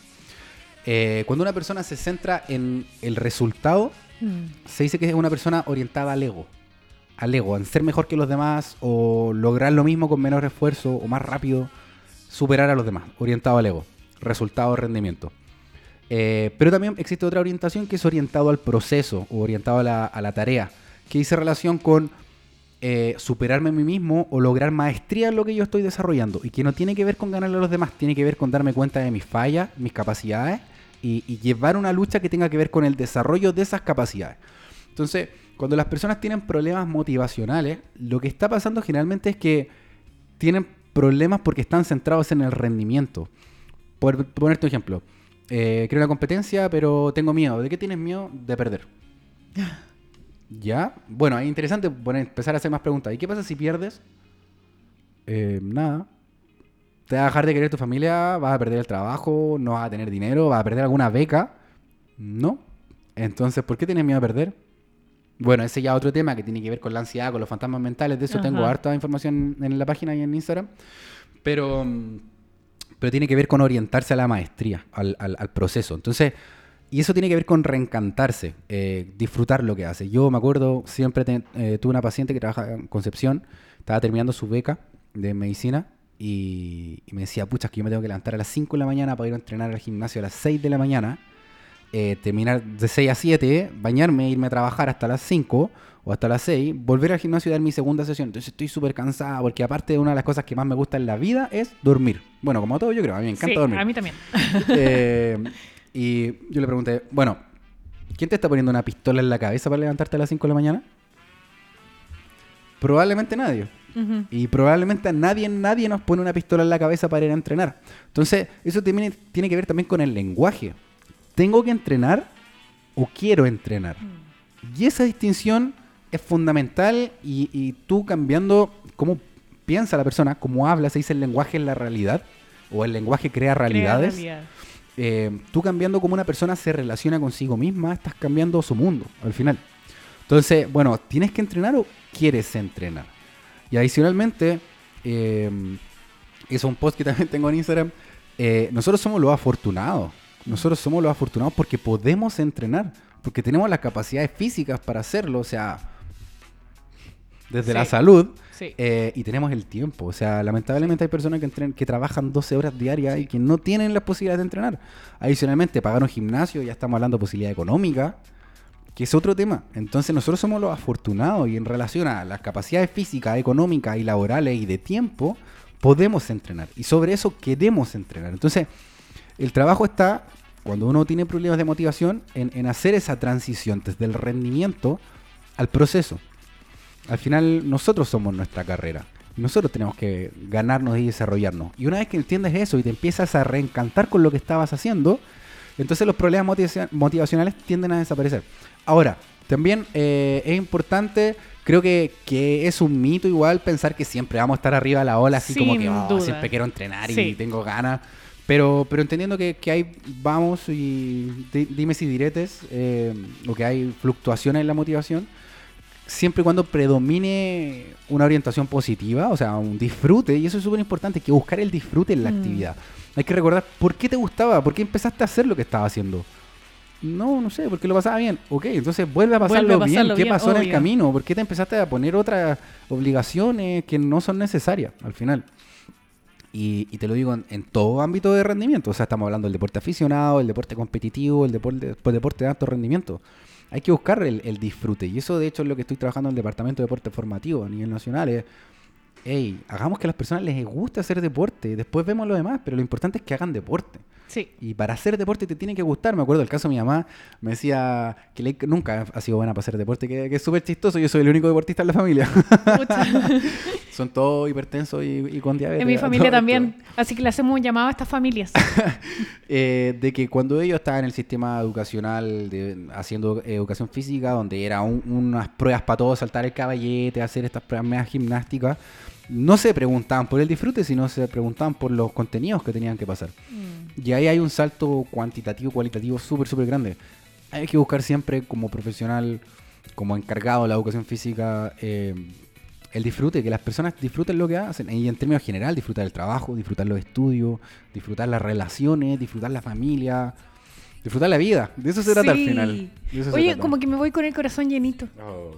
Eh, cuando una persona se centra en el resultado, Mm. se dice que es una persona orientada al ego. Al ego, en ser mejor que los demás o lograr lo mismo con menor esfuerzo o más rápido, superar a los demás, orientado al ego, resultado, rendimiento. Eh, pero también existe otra orientación que es orientado al proceso o orientado a la, a la tarea, que dice relación con eh, superarme a mí mismo o lograr maestría en lo que yo estoy desarrollando y que no tiene que ver con ganarle a los demás, tiene que ver con darme cuenta de mis fallas, mis capacidades y, y llevar una lucha que tenga que ver con el desarrollo de esas capacidades. Entonces, cuando las personas tienen problemas motivacionales, lo que está pasando generalmente es que tienen problemas porque están centrados en el rendimiento. Por ponerte un ejemplo, eh, quiero una competencia, pero tengo miedo. ¿De qué tienes miedo? De perder. ¿Ya? Bueno, es interesante poner- empezar a hacer más preguntas. ¿Y qué pasa si pierdes? Eh, nada. ¿Te va a dejar de querer tu familia? ¿Vas a perder el trabajo? ¿No vas a tener dinero? ¿Vas a perder alguna beca? No. Entonces, ¿por qué tienes miedo a perder? Bueno, ese ya es otro tema que tiene que ver con la ansiedad, con los fantasmas mentales. De eso Ajá. tengo harta información en la página y en Instagram. Pero, mm, pero tiene que ver con orientarse a la maestría, al, al- al proceso. Entonces, y eso tiene que ver con reencantarse, eh, disfrutar lo que hace. Yo me acuerdo, siempre te- eh, tuve una paciente que trabaja en Concepción, estaba terminando su beca de medicina y, y me decía, pucha, es que yo me tengo que levantar a las cinco de la mañana para ir a entrenar al gimnasio a las seis de la mañana, eh, terminar de seis a siete, bañarme, irme a trabajar hasta las cinco o hasta las seis, volver al gimnasio y dar mi segunda sesión. Entonces estoy súper cansada porque aparte de una de las cosas que más me gusta en la vida es dormir. Bueno, como todo yo creo, a mí me encanta sí, dormir. a mí también. Eh, y yo le pregunté, bueno, ¿quién te está poniendo una pistola en la cabeza para levantarte a las cinco de la mañana? Probablemente nadie. Uh-huh. Y probablemente a nadie, nadie nos pone una pistola en la cabeza para ir a entrenar. Entonces, eso tiene, tiene que ver también con el lenguaje. ¿Tengo que entrenar o quiero entrenar? Uh-huh. Y esa distinción es fundamental y, y tú cambiando cómo piensa la persona, cómo habla, se dice el lenguaje en la realidad, o el lenguaje crea realidades. Crea realidad. Eh, tú cambiando cómo una persona se relaciona consigo misma, estás cambiando su mundo al final. Entonces, bueno, ¿tienes que entrenar o quieres entrenar? Y adicionalmente, eh, es un post que también tengo en Instagram, eh, nosotros somos los afortunados. Nosotros somos los afortunados porque podemos entrenar, porque tenemos las capacidades físicas para hacerlo, o sea, desde sí. la salud, sí. eh, y tenemos el tiempo. O sea, lamentablemente hay personas que, entren, que trabajan doce horas diarias sí. y que no tienen las posibilidades de entrenar. Adicionalmente, pagar un gimnasio, ya estamos hablando de posibilidad económica, que es otro tema. Entonces nosotros somos los afortunados y en relación a las capacidades físicas, económicas y laborales y de tiempo, podemos entrenar. Y sobre eso queremos entrenar. Entonces, el trabajo está, cuando uno tiene problemas de motivación, en, en hacer esa transición desde el rendimiento al proceso. Al final, nosotros somos nuestra carrera. Nosotros tenemos que ganarnos y desarrollarnos. Y una vez que entiendes eso y te empiezas a reencantar con lo que estabas haciendo, entonces los problemas motiva- motivacionales tienden a desaparecer. Ahora, también eh, es importante, creo que, que es un mito igual pensar que siempre vamos a estar arriba de la ola, así Sin como que oh, siempre quiero entrenar y sí. tengo ganas. Pero, pero entendiendo que, que hay vamos y di, dimes y diretes, eh, o que hay fluctuaciones en la motivación, siempre y cuando predomine una orientación positiva, o sea, un disfrute, y eso es súper importante, que buscar el disfrute en la mm. actividad. Hay que recordar por qué te gustaba, por qué empezaste a hacer lo que estabas haciendo. No, no sé, porque lo pasaba bien. Ok, entonces vuelve a pasarlo, vuelve a pasarlo bien. ¿Qué bien, pasó obvio. En el camino? ¿Por qué te empezaste a poner otras obligaciones que no son necesarias al final? Y, y te lo digo en, en todo ámbito de rendimiento. O sea, estamos hablando del deporte aficionado, el deporte competitivo, el deporte, el deporte de alto rendimiento. Hay que buscar el, el disfrute. Y eso, de hecho, es lo que estoy trabajando en el departamento de deporte formativo a nivel nacional. Es, hey, hagamos que a las personas les guste hacer deporte. Después vemos lo demás, pero lo importante es que hagan deporte. Sí. Y para hacer deporte te tiene que gustar. Me acuerdo del caso de mi mamá, me decía que le, nunca ha sido buena para hacer deporte, que, que es súper chistoso. Yo soy el único deportista en la familia. Son todos hipertensos y, y con diabetes. En mi familia también. Esto. Así que le hacemos un llamado a estas familias. eh, de que cuando ellos estaban en el sistema educacional, de, haciendo educación física, donde era un, unas pruebas para todos, saltar el caballete, hacer estas pruebas megas gimnásticas, no se preguntaban por el disfrute, sino se preguntaban por los contenidos que tenían que pasar. Mm. Y ahí hay un salto cuantitativo, cualitativo súper, súper grande. Hay que buscar siempre como profesional, como encargado de la educación física, eh, el disfrute, que las personas disfruten lo que hacen. Y en términos general, disfrutar el trabajo, disfrutar los estudios, disfrutar las relaciones, disfrutar la familia, disfrutar la vida. De eso se sí. trata al final. Oye, como que me voy con el corazón llenito. Oh.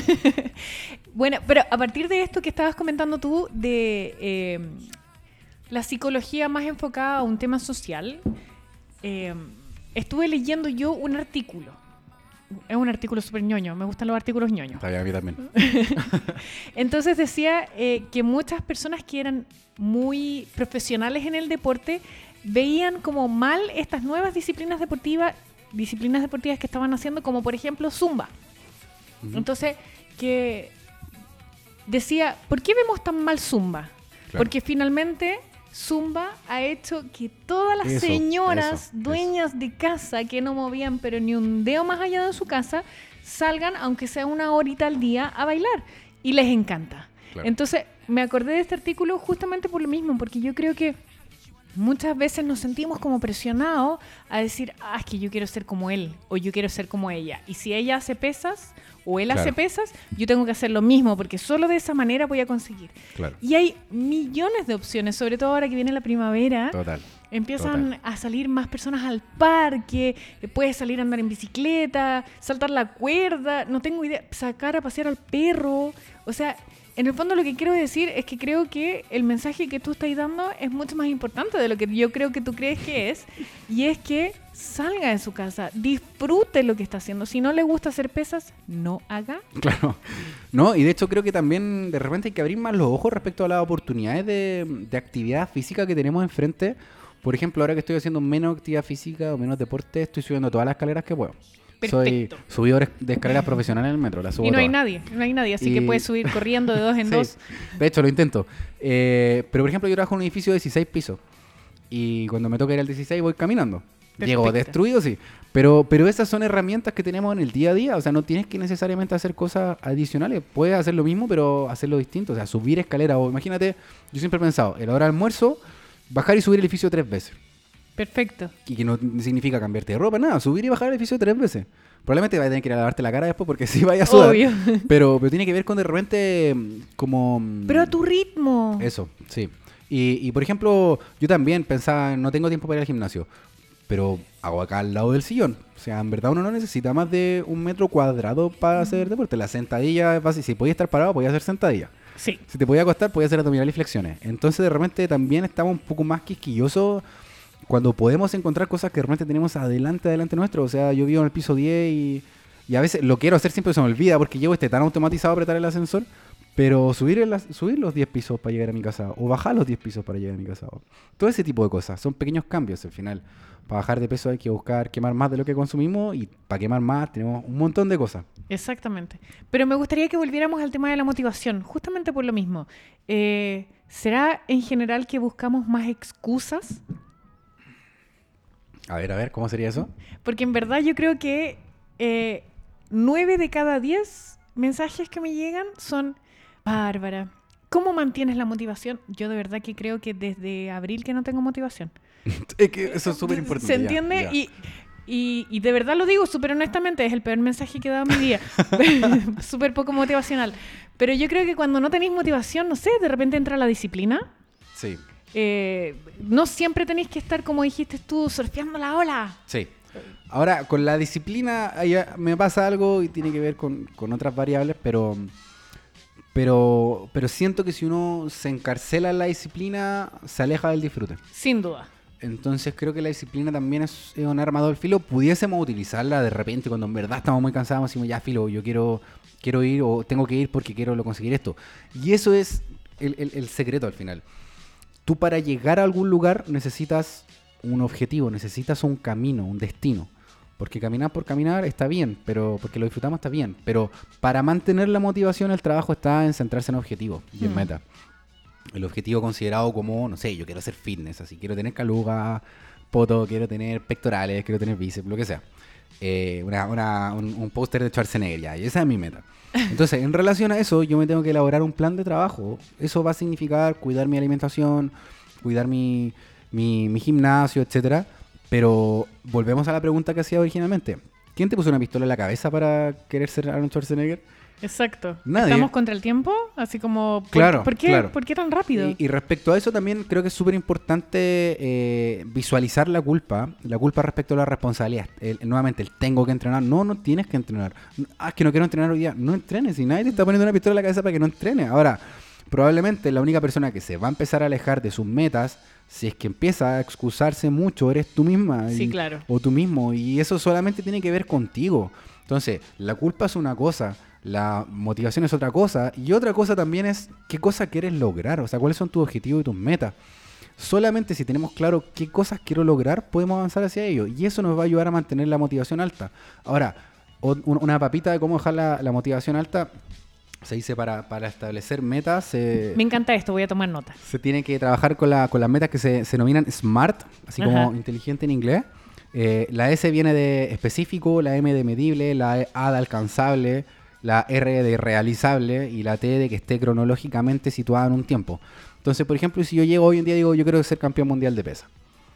Bueno, pero a partir de esto que estabas comentando tú, de eh, la psicología más enfocada a un tema social, eh, estuve leyendo yo un artículo. Es un artículo súper ñoño, me gustan los artículos ñoños. Está bien, a mí también. Entonces decía eh, que muchas personas que eran muy profesionales en el deporte veían como mal estas nuevas disciplinas deportivas, disciplinas deportivas que estaban haciendo, como por ejemplo Zumba. Uh-huh. Entonces, que decía, ¿por qué vemos tan mal Zumba? Claro. Porque finalmente Zumba ha hecho que todas las eso, señoras eso, dueñas eso. de casa que no movían pero ni un dedo más allá de su casa salgan, aunque sea una horita al día, a bailar. Y les encanta. Claro. Entonces, me acordé de este artículo justamente por lo mismo, porque yo creo que muchas veces nos sentimos como presionados a decir, ah, es que yo quiero ser como él o yo quiero ser como ella. Y si ella hace pesas o él claro. hace pesas, yo tengo que hacer lo mismo porque solo de esa manera voy a conseguir. Claro. Y hay millones de opciones, sobre todo ahora que viene la primavera. Total. Empiezan Total. a salir más personas al parque, puedes salir a andar en bicicleta, saltar la cuerda, no tengo idea, sacar a pasear al perro. O sea, en el fondo lo que quiero decir es que creo que el mensaje que tú estás dando es mucho más importante de lo que yo creo que tú crees que es, y es que salga de su casa, disfrute lo que está haciendo. Si no le gusta hacer pesas, no haga. Claro. No, y de hecho creo que también de repente hay que abrir más los ojos respecto a las oportunidades de, de actividad física que tenemos enfrente. Por ejemplo, ahora que estoy haciendo menos actividad física o menos deporte, estoy subiendo todas las escaleras que puedo. Perfecto. Soy subidor de escaleras profesionales en el metro, las subo Y no hay todas. nadie, no hay nadie, así Y- que puedes subir corriendo de dos en Sí, dos. de hecho lo intento. Eh, pero por ejemplo yo trabajo en un edificio de dieciséis pisos y cuando me toca ir al dieciséis voy caminando. Llego Perfecto. destruido, sí. Pero, pero esas son herramientas que tenemos en el día a día. O sea, no tienes que necesariamente hacer cosas adicionales. Puedes hacer lo mismo, pero hacerlo distinto. O sea, subir escaleras. O imagínate, yo siempre he pensado, en la hora de almuerzo, bajar y subir el edificio tres veces. Perfecto. Y que no significa cambiarte de ropa, nada. Subir y bajar el edificio tres veces. Probablemente vas a tener que ir a lavarte la cara después porque sí vaya a sudar. Obvio. Pero, pero tiene que ver con de repente mm, como... mm, Pero a tu ritmo. Eso, sí. Y, y por ejemplo, yo también pensaba, no tengo tiempo para ir al gimnasio, pero hago acá al lado del sillón. O sea, en verdad uno no necesita más de un metro cuadrado para hacer deporte. La sentadilla es fácil. Si podía estar parado, podía hacer sentadilla. Sí. Si te podía acostar, podía hacer abdominales y flexiones. Entonces, de repente, también estamos un poco más quisquillosos cuando podemos encontrar cosas que realmente tenemos adelante, adelante nuestro. O sea, yo vivo en el piso diez y, y a veces lo quiero hacer, siempre se me olvida porque llevo este tan automatizado a apretar el ascensor. Pero subir, el as- subir los diez pisos para llegar a mi casa o bajar los diez pisos para llegar a mi casa. o- Todo ese tipo de cosas. Son pequeños cambios al final. Para bajar de peso hay que buscar quemar más de lo que consumimos y para quemar más tenemos un montón de cosas. Exactamente. Pero me gustaría que volviéramos al tema de la motivación, justamente por lo mismo. Eh, ¿Será en general que buscamos más excusas? A ver, a ver, ¿cómo sería eso? Porque en verdad yo creo que eh, nueve de cada diez mensajes que me llegan son: Bárbara, ¿cómo mantienes la motivación? Yo de verdad que creo que desde abril que no tengo motivación. Es que eso es súper importante. ¿Se ya, entiende? ya. Y, y, y de verdad lo digo súper honestamente, es el peor mensaje que he dado en mi vida. Súper poco motivacional. Pero yo creo que cuando no tenéis motivación, no sé, de repente entra la disciplina. Sí, Eh, no siempre tenéis que estar, como dijiste tú, surfeando la ola. sí. Ahora, con la disciplina ahí, ah, me pasa algo y tiene que ver con, con otras variables, pero, pero, pero siento que si uno se encarcela en la disciplina, se aleja del disfrute. Sin duda. Entonces creo que la disciplina también es, es un arma de doble filo. Pudiésemos utilizarla de repente cuando en verdad estamos muy cansados, decimos ya filo, yo quiero, quiero ir o tengo que ir porque quiero lo- conseguir esto. Y eso es el, el- el secreto al final. Tú para llegar a algún lugar necesitas un objetivo, necesitas un camino, un destino. Porque caminar por caminar está bien, pero porque lo disfrutamos está bien. Pero para mantener la motivación, el trabajo está en centrarse en objetivos y en Mm. meta. El objetivo considerado como, no sé, yo quiero hacer fitness, así quiero tener caluga, poto, quiero tener pectorales, quiero tener bíceps, lo que sea. Eh, una, una- un, un póster de Schwarzenegger, ya, y esa es mi meta. Entonces, en relación a eso, yo me tengo que elaborar un plan de trabajo. Eso va a significar cuidar mi alimentación, cuidar mi, mi, mi gimnasio, etcétera. Pero volvemos a la pregunta que hacía originalmente. ¿Quién te puso una pistola en la cabeza para querer ser Arnold Schwarzenegger? Exacto. Nadie. ¿Estamos contra el tiempo? Así como, ¿por, Claro, ¿por qué, claro. ¿por qué tan rápido? Y, y respecto a eso también creo que es súper importante eh, visualizar la culpa, la culpa respecto a la responsabilidad. El- nuevamente, el tengo que entrenar. No, no tienes que entrenar. Ah, es que no quiero entrenar hoy día. No entrenes. Y nadie te está poniendo una pistola en la cabeza para que no entrenes. Ahora, probablemente la única persona que se va a empezar a alejar de sus metas, si es que empieza a excusarse mucho, eres tú misma. Sí, y- claro. O tú mismo. Y eso solamente tiene que ver contigo. Entonces, la culpa es una cosa, la motivación es otra cosa, y otra cosa también es qué cosa quieres lograr, o sea, cuáles son tus objetivos y tus metas. Solamente si tenemos claro qué cosas quiero lograr, podemos avanzar hacia ello, y eso nos va a ayudar a mantener la motivación alta. Ahora, o- un- una papita de cómo dejar la, la motivación alta, se dice para, para establecer metas, se, Me encanta esto, voy a tomar nota. se tiene que trabajar con, la, con las metas que se, se denominan SMART, así como Ajá. inteligente en inglés. Eh, la S viene de específico, la M de medible, la A de alcanzable, la R de realizable y la T de que esté cronológicamente situada en un tiempo. Entonces, por ejemplo, si yo llego hoy en día y digo yo quiero ser campeón mundial de pesa.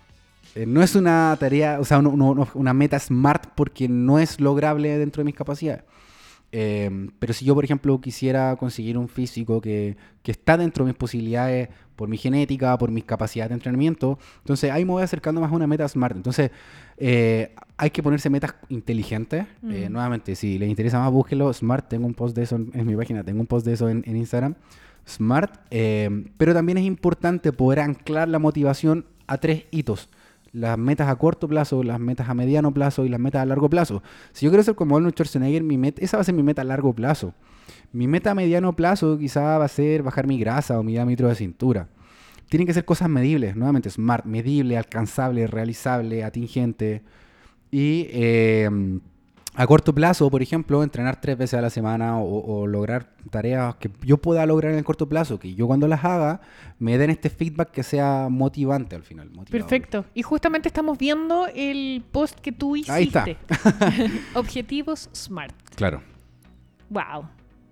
Eh, no es una tarea, o sea, no- no- no- una meta SMART porque no es lograble dentro de mis capacidades. Eh, pero si yo, por ejemplo, quisiera conseguir un físico que, que está dentro de mis posibilidades por mi genética, por mis capacidades de entrenamiento, entonces ahí me voy acercando más a una meta SMART. Entonces, eh, hay que ponerse metas inteligentes. Mm. Eh, nuevamente, si les interesa más, búsquenlo. SMART, tengo un post de eso en, en mi página, tengo un post de eso en, en Instagram. SMART, eh, pero también es importante poder anclar la motivación a tres hitos. Las metas a corto plazo, las metas a mediano plazo y las metas a largo plazo. Si yo quiero ser como Arnold Schwarzenegger, mi meta, esa va a ser mi meta a largo plazo. Mi meta a mediano plazo quizá va a ser bajar mi grasa o mi diámetro de cintura. Tienen que ser cosas medibles, nuevamente, SMART, medible, alcanzable, realizable, atingente. Y eh, a corto plazo, por ejemplo, entrenar tres veces a la semana o, o lograr tareas que yo pueda lograr en el corto plazo, que yo cuando las haga me den este feedback que sea motivante al final. Motivador. Perfecto. Y justamente estamos viendo el post que tú hiciste. Ahí está. Objetivos SMART. Claro. Wow.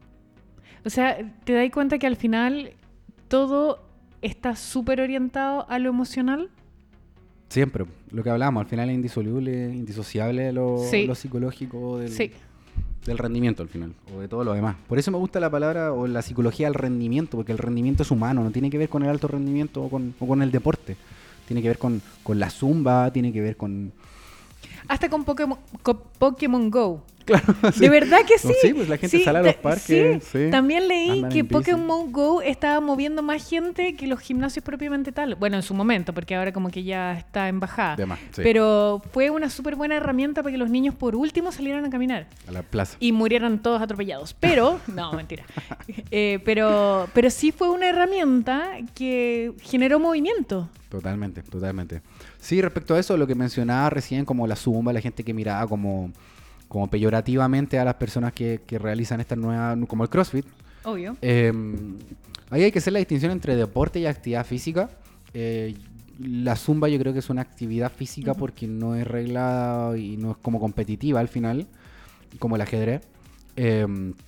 O sea, te das cuenta que al final todo está súper orientado a lo emocional. Siempre. Lo que hablábamos, al final es indisoluble, indisociable lo, sí. lo psicológico del, sí. del rendimiento al final, o de todo lo demás. Por eso me gusta la palabra o la psicología del rendimiento, porque el rendimiento es humano, no tiene que ver con el alto rendimiento o con, o con el deporte. Tiene que ver con, con la zumba, tiene que ver con... Hasta con Pokémon, con Pokémon Go. Claro, sí. De verdad que sí. No, sí, pues la gente sí, sale a los parques. Sí. Sí. También leí Andan que en bici. Pokémon Go estaba moviendo más gente que los gimnasios propiamente tal. Bueno, en su momento, porque ahora como que ya está en bajada. De más, sí. Pero fue una súper buena herramienta para que los niños por último salieran a caminar. A la plaza. Y murieran todos atropellados. Pero, no, mentira. eh, pero, pero sí fue una herramienta que generó movimiento. Totalmente, totalmente. Sí, respecto a eso, lo que mencionaba recién, como la zumba, la gente que miraba como, como peyorativamente a las personas que, que realizan esta nueva, como el CrossFit. Obvio. Eh, ahí hay que hacer la distinción entre deporte y actividad física. Eh, la zumba yo creo que es una actividad física uh-huh. porque no es reglada y no es como competitiva al final, como el ajedrez. Eh,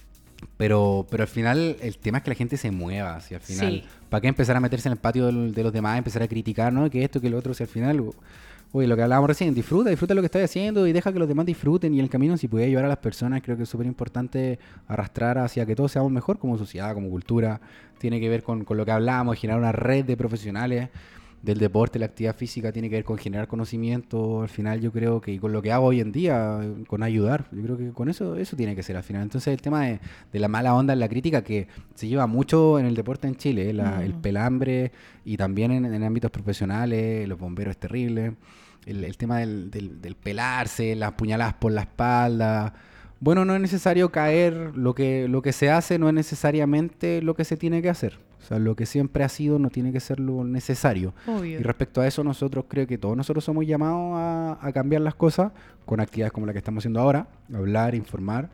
Pero, pero al final el tema es que la gente se mueva, si al final, sí. ¿para qué empezar a meterse en el patio de, de los demás, empezar a criticar, ¿no? Que esto, que lo otro, si al final, oye, lo que hablábamos recién, disfruta, disfruta lo que estás haciendo y deja que los demás disfruten, y en el camino si puedes ayudar a las personas, creo que es súper importante arrastrar hacia que todos seamos mejor como sociedad, como cultura. Tiene que ver con, con lo que hablábamos, generar una red de profesionales del deporte, la actividad física, tiene que ver con generar conocimiento. Al final yo creo que con lo que hago hoy en día, con ayudar, yo creo que con eso eso tiene que ser al final. Entonces el tema de, de la mala onda en la crítica, que se lleva mucho en el deporte en Chile, la, mm. el pelambre, y también en, en ámbitos profesionales, los bomberos es terrible, el, el tema del, del, del pelarse, las puñaladas por la espalda. Bueno, no es necesario caer, lo que, lo que se hace no es necesariamente lo que se tiene que hacer. O sea, lo que siempre ha sido no tiene que ser lo necesario. Obvio. Y respecto a eso, nosotros creo que todos nosotros somos llamados a, a cambiar las cosas con actividades como la que estamos haciendo ahora, hablar, informar,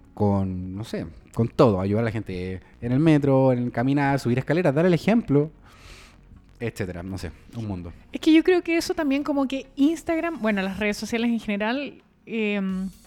con, no sé, con todo, ayudar a la gente en el metro, en caminar, subir escaleras, dar el ejemplo, etcétera, no sé, un mundo. Es que yo creo que eso también, como que Instagram, bueno, las redes sociales en general, eh,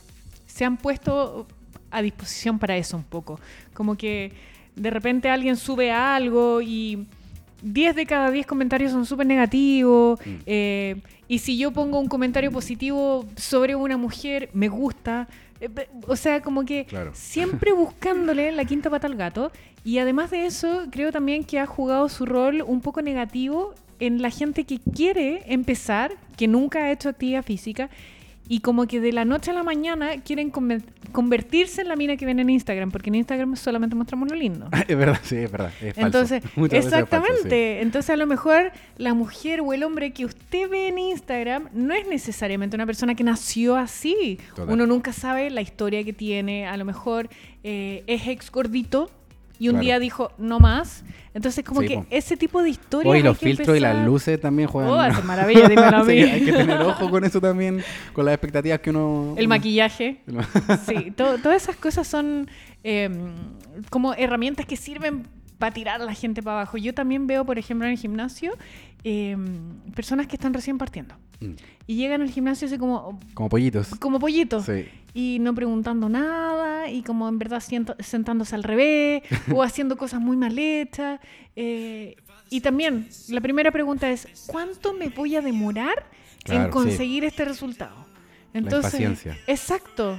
se han puesto a disposición para eso un poco. Como que de repente alguien sube algo y diez de cada diez comentarios son súper negativos. Mm. Eh, y si yo pongo un comentario positivo sobre una mujer, me gusta. Eh, o sea, como que claro. siempre buscándole la quinta pata al gato. Y además de eso, creo también que ha jugado su rol un poco negativo en la gente que quiere empezar, que nunca ha hecho actividad física, y como que de la noche a la mañana quieren convertirse en la mina que ven en Instagram, porque en Instagram solamente mostramos lo lindo. Es verdad, sí, es verdad, es falso. Entonces, Muchas exactamente. veces es falso, sí. Entonces, a lo mejor la mujer o el hombre que usted ve en Instagram no es necesariamente una persona que nació así. Total. Uno nunca sabe la historia que tiene. A lo mejor eh, es ex gordito y un claro. día dijo no más. Entonces, como sí, que po. ese tipo de historias. Hoy los que filtros empezar... y las luces también juegan. Oh, hace maravilla, dímelo a mí. Sí, hay que tener ojo con eso también, con las expectativas que uno. El maquillaje. Sí, to- todas esas cosas son eh, como herramientas que sirven para tirar a la gente para abajo. Yo también veo, por ejemplo, en el gimnasio, eh, personas que están recién partiendo. Mm. Y llegan al gimnasio así como... Como pollitos. Como pollitos. Sí. Y no preguntando nada, y como en verdad siento, sentándose al revés, o haciendo cosas muy mal hechas. Eh, y también, la primera pregunta es, ¿cuánto me voy a demorar claro, en conseguir sí. este resultado? Entonces, la impaciencia. Exacto.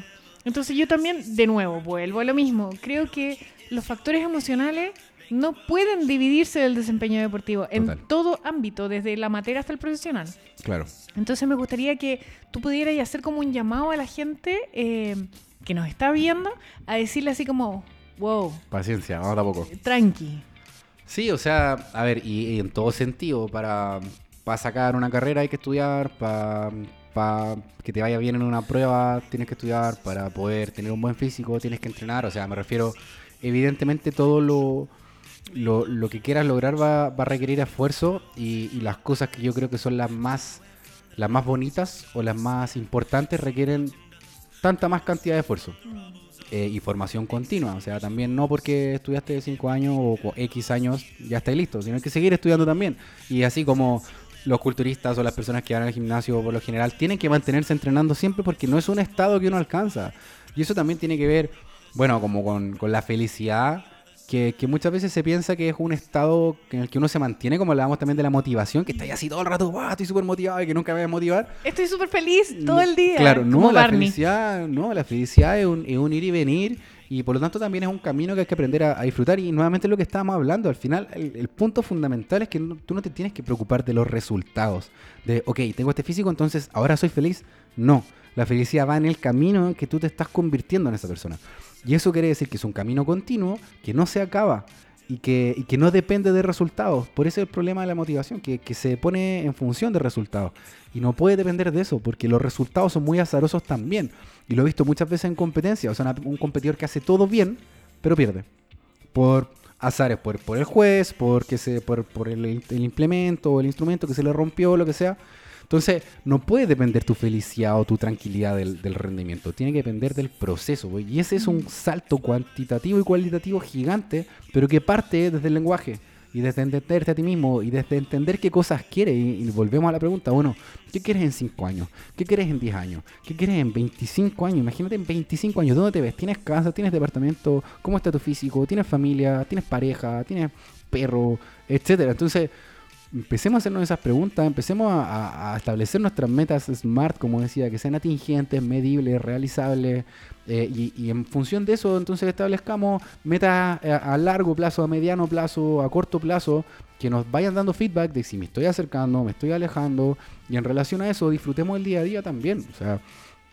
Entonces yo también, de nuevo, vuelvo a lo mismo. Creo que los factores emocionales no pueden dividirse del desempeño deportivo en Total. todo ámbito, desde la amateur hasta el profesional. Claro. Entonces me gustaría que tú pudieras hacer como un llamado a la gente eh, que nos está viendo a decirle así como, wow, Paciencia, vamos tampoco. tranqui. Sí, o sea, a ver, y, y en todo sentido, para, para sacar una carrera hay que estudiar, para, para que te vaya bien en una prueba tienes que estudiar, para poder tener un buen físico tienes que entrenar, o sea, me refiero, evidentemente todo lo, lo, lo que quieras lograr va, va a requerir esfuerzo y, y las cosas que yo creo que son las más, las más bonitas o las más importantes requieren tanta más cantidad de esfuerzo. Eh, y formación continua, o sea, también no porque estudiaste cinco años o, o X años ya estáis listo, sino hay que seguir estudiando también. Y así como los culturistas o las personas que van al gimnasio por lo general tienen que mantenerse entrenando siempre porque no es un estado que uno alcanza. Y eso también tiene que ver, bueno, como con, con la felicidad, que, que muchas veces se piensa que es un estado en el que uno se mantiene, como hablábamos también de la motivación, que está ahí así todo el rato, ¡wow! Estoy súper motivado y que nunca me voy a motivar. Estoy súper feliz todo el día. Claro, no, como la Barney. felicidad, no, la felicidad es un, es un ir y venir y por lo tanto también es un camino que hay que aprender a, a disfrutar y nuevamente es lo que estábamos hablando, al final el, el punto fundamental es que no, tú no te tienes que preocupar de los resultados, de, ok, tengo este físico, entonces ahora soy feliz. No, la felicidad va en el camino en que tú te estás convirtiendo en esa persona y eso quiere decir que es un camino continuo que no se acaba. Y que, y que no depende de resultados. Por eso es el problema de la motivación, que, que se pone en función de resultados. Y no puede depender de eso, porque los resultados son muy azarosos también. Y lo he visto muchas veces en competencia. O sea, una, un competidor que hace todo bien, pero pierde. Por azares, por, por el juez, porque se, por, por el, el implemento o el instrumento que se le rompió, lo que sea. Entonces, no puede depender tu felicidad o tu tranquilidad del, del rendimiento. Tiene que depender del proceso, güey. Y ese es un salto cuantitativo y cualitativo gigante, pero que parte desde el lenguaje. Y desde entenderte a ti mismo y desde entender qué cosas quieres. Y, y volvemos a la pregunta, bueno, ¿qué quieres en cinco años? ¿Qué quieres en diez años? ¿Qué quieres en veinticinco años? Imagínate en veinticinco años, ¿dónde te ves? ¿Tienes casa? ¿Tienes departamento? ¿Cómo está tu físico? ¿Tienes familia? ¿Tienes pareja? ¿Tienes perro? Etcétera. Entonces, empecemos a hacernos esas preguntas, empecemos a, a, a establecer nuestras metas SMART, como decía, que sean atingentes, medibles, realizables, eh, y, y en función de eso entonces establezcamos metas a, a largo plazo, a mediano plazo, a corto plazo, que nos vayan dando feedback de si me estoy acercando, me estoy alejando, y en relación a eso disfrutemos el día a día también, o sea,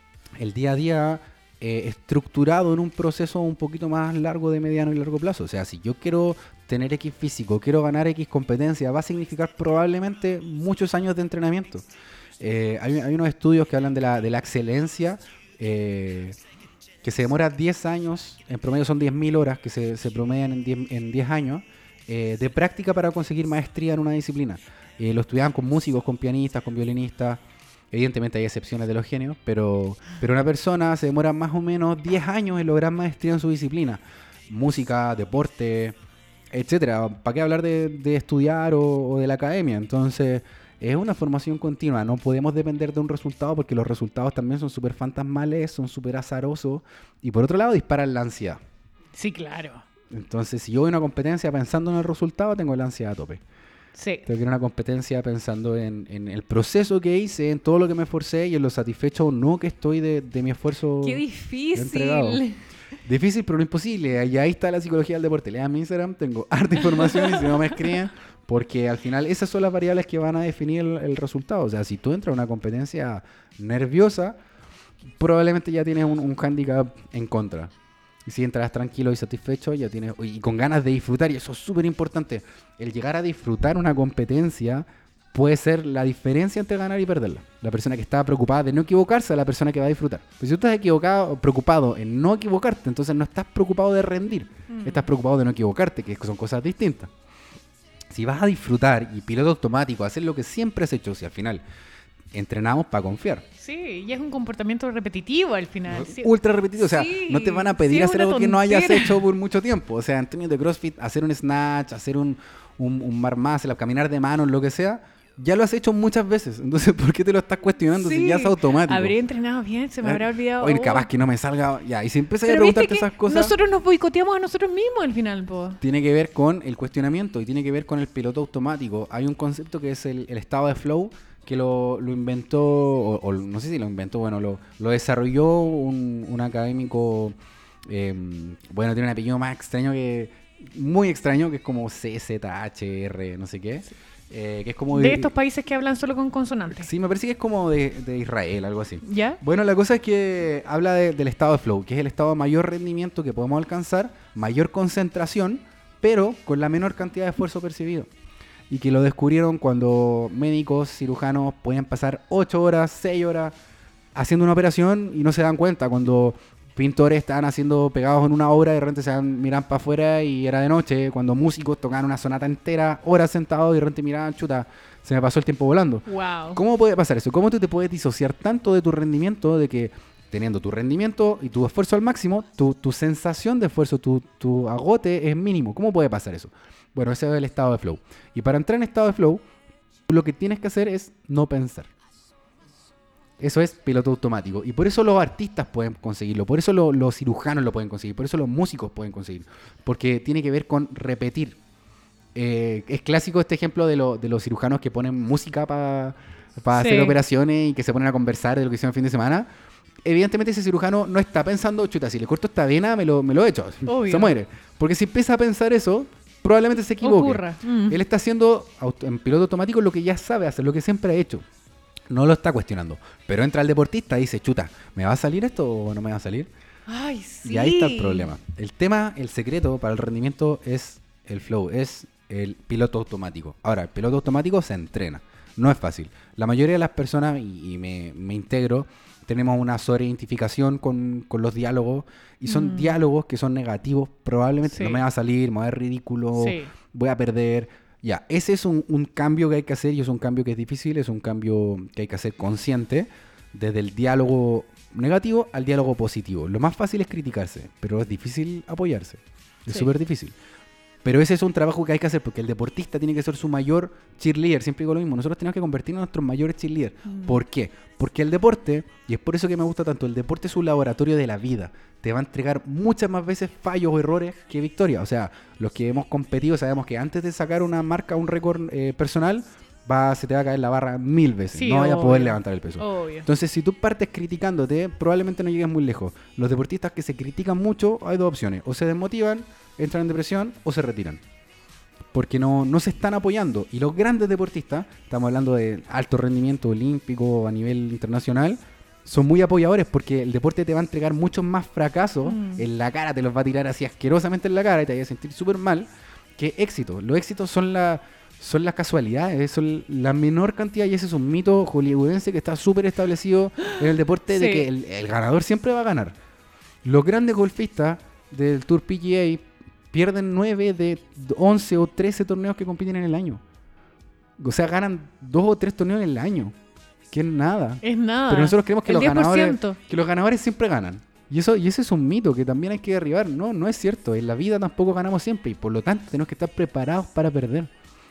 el día a día eh, estructurado en un proceso un poquito más largo de mediano y largo plazo, o sea, si yo quiero tener X físico, quiero ganar X competencia, va a significar probablemente muchos años de entrenamiento. Eh, hay, hay unos estudios que hablan de la, de la excelencia, eh, que se demora diez años, en promedio son diez mil horas que se, se promedian en diez, en diez años, eh, de práctica para conseguir maestría en una disciplina. Eh, lo estudiaban con músicos, con pianistas, con violinistas. Evidentemente hay excepciones de los genios, pero, pero una persona se demora más o menos diez años en lograr maestría en su disciplina. Música, deporte, etcétera. ¿Para qué hablar de, de estudiar o, o de la academia? Entonces, es una formación continua. No podemos depender de un resultado porque los resultados también son súper fantasmales, son súper azarosos. Y por otro lado, disparan la ansiedad. Sí, claro. Entonces, si yo voy a una competencia pensando en el resultado, tengo la ansiedad a tope. Sí. Tengo que ir a una competencia pensando en, en el proceso que hice, en todo lo que me esforcé y en lo satisfecho o no que estoy de, de mi esfuerzo. ¡Qué difícil! Entregado. Difícil, pero no imposible. Y ahí está la psicología del deporte. Lean mi Instagram, tengo harta información y si no me escriben, porque al final esas son las variables que van a definir el, el resultado. O sea, si tú entras a una competencia nerviosa, probablemente ya tienes un, un hándicap en contra. Y si entras tranquilo y satisfecho, ya tienes, y con ganas de disfrutar, y eso es súper importante. El llegar a disfrutar una competencia puede ser la diferencia entre ganar y perderla. La persona que está preocupada de no equivocarse a la persona que va a disfrutar. Pues si tú estás equivocado, preocupado en no equivocarte, entonces no estás preocupado de rendir. Mm. Estás preocupado de no equivocarte, que son cosas distintas. Si vas a disfrutar y piloto automático, hacer lo que siempre has hecho, si al final entrenamos para confiar. Sí, y es un comportamiento repetitivo al final. Sí. Ultra repetitivo, o sea, Sí, no te van a pedir sí, hacer algo tontera. que no hayas hecho por mucho tiempo. O sea, en términos de CrossFit, hacer un snatch, hacer un, un, un bar muscle, caminar de manos, lo que sea, ya lo has hecho muchas veces. Entonces, ¿por qué te lo estás cuestionando Sí. si ya es automático? Habría entrenado bien, se me habrá olvidado. Oye, oh. capaz que no me salga. Ya, y si empiezas a Pero viste preguntarte que esas cosas, nosotros nos boicoteamos a nosotros mismos al final, po. tiene que ver con el cuestionamiento y tiene que ver con el piloto automático. Hay un concepto que es el, el estado de flow, que lo, lo inventó, o, o no sé si lo inventó, bueno, lo, lo desarrolló un, un académico, eh, bueno, tiene un apellido más extraño que, muy extraño, que es como C Z H R, no sé qué. Eh, que es como de, de estos países que hablan solo con consonantes. Sí, me parece que es como de, de Israel, algo así. ¿Ya? Bueno, la cosa es que habla de, del estado de flow, que es el estado de mayor rendimiento que podemos alcanzar, mayor concentración, pero con la menor cantidad de esfuerzo percibido. Y que lo descubrieron cuando médicos, cirujanos pueden pasar ocho horas, seis horas haciendo una operación y no se dan cuenta. Cuando pintores estaban haciendo pegados en una obra, de repente se dan, miran para afuera y era de noche. Cuando músicos tocaban una sonata entera, horas sentados y de repente miraban, chuta, se me pasó el tiempo volando. Wow. ¿Cómo puede pasar eso? ¿Cómo tú te puedes disociar tanto de tu rendimiento, de que teniendo tu rendimiento y tu esfuerzo al máximo, tu, tu sensación de esfuerzo, tu, tu agote es mínimo? ¿Cómo puede pasar eso? Bueno, ese es el estado de flow. Y para entrar en estado de flow, lo que tienes que hacer es no pensar. Eso es piloto automático. Y por eso los artistas pueden conseguirlo. Por eso lo, los cirujanos lo pueden conseguir. Por eso los músicos pueden conseguir. Porque tiene que ver con repetir. Eh, es clásico este ejemplo de, lo, de los cirujanos que ponen música para pa sí. hacer operaciones y que se ponen a conversar de lo que hicieron el fin de semana. Evidentemente ese cirujano no está pensando, chuta, si le corto esta vena me lo, me lo echo. Obvio. Se muere. Porque si empieza a pensar eso, probablemente se equivoque. Ocurra. Mm. Él está haciendo auto, en piloto automático lo que ya sabe hacer, lo que siempre ha hecho. No lo está cuestionando. Pero entra el deportista y dice, chuta, ¿me va a salir esto o no me va a salir? Ay, sí. Y ahí está el problema. El tema, el secreto para el rendimiento es el flow, es el piloto automático. Ahora, el piloto automático se entrena. No es fácil. La mayoría de las personas, y, y me, me integro, tenemos una sobreidentificación con, con los diálogos. Y son mm. diálogos que son negativos. Probablemente sí. no me va a salir, me va a ver ridículo, sí. voy a perder. Ya, ese es un, un cambio que hay que hacer y es un cambio que es difícil, es un cambio que hay que hacer consciente, desde el diálogo negativo al diálogo positivo. Lo más fácil es criticarse, pero es difícil apoyarse. Es súper sí. difícil. Pero ese es un trabajo que hay que hacer porque el deportista tiene que ser su mayor cheerleader. Siempre digo lo mismo, nosotros tenemos que convertirnos en nuestros mayores cheerleaders. Mm. ¿Por qué? Porque el deporte, y es por eso que me gusta tanto, el deporte es un laboratorio de la vida. Te va a entregar muchas más veces fallos o errores que victorias. O sea, los que hemos competido sabemos que antes de sacar una marca, un récord eh, personal, va, se te va a caer la barra mil veces. Sí, no vaya a poder levantar el peso. Obvio. Entonces, si tú partes criticándote, probablemente no llegues muy lejos. Los deportistas que se critican mucho, hay dos opciones. O se desmotivan, entran en depresión, o se retiran. Porque no, no se están apoyando. Y los grandes deportistas, estamos hablando de alto rendimiento olímpico a nivel internacional, son muy apoyadores porque el deporte te va a entregar muchos más fracasos mm. en la cara, te los va a tirar así asquerosamente en la cara y te vas a sentir súper mal, que éxitos. Los éxitos son la... son las casualidades, son la menor cantidad, y ese es un mito hollywoodense que está súper establecido en el deporte, sí. de que el, el ganador siempre va a ganar. Los grandes golfistas del Tour P G A pierden nueve de once o trece torneos que compiten en el año. O sea, ganan dos o tres torneos en el año, que es nada. Es nada. Pero nosotros creemos que, los ganadores, diez por ciento. que los ganadores siempre ganan. Y eso y ese es un mito que también hay que derribar. No, no es cierto. En la vida tampoco ganamos siempre y por lo tanto tenemos que estar preparados para perder.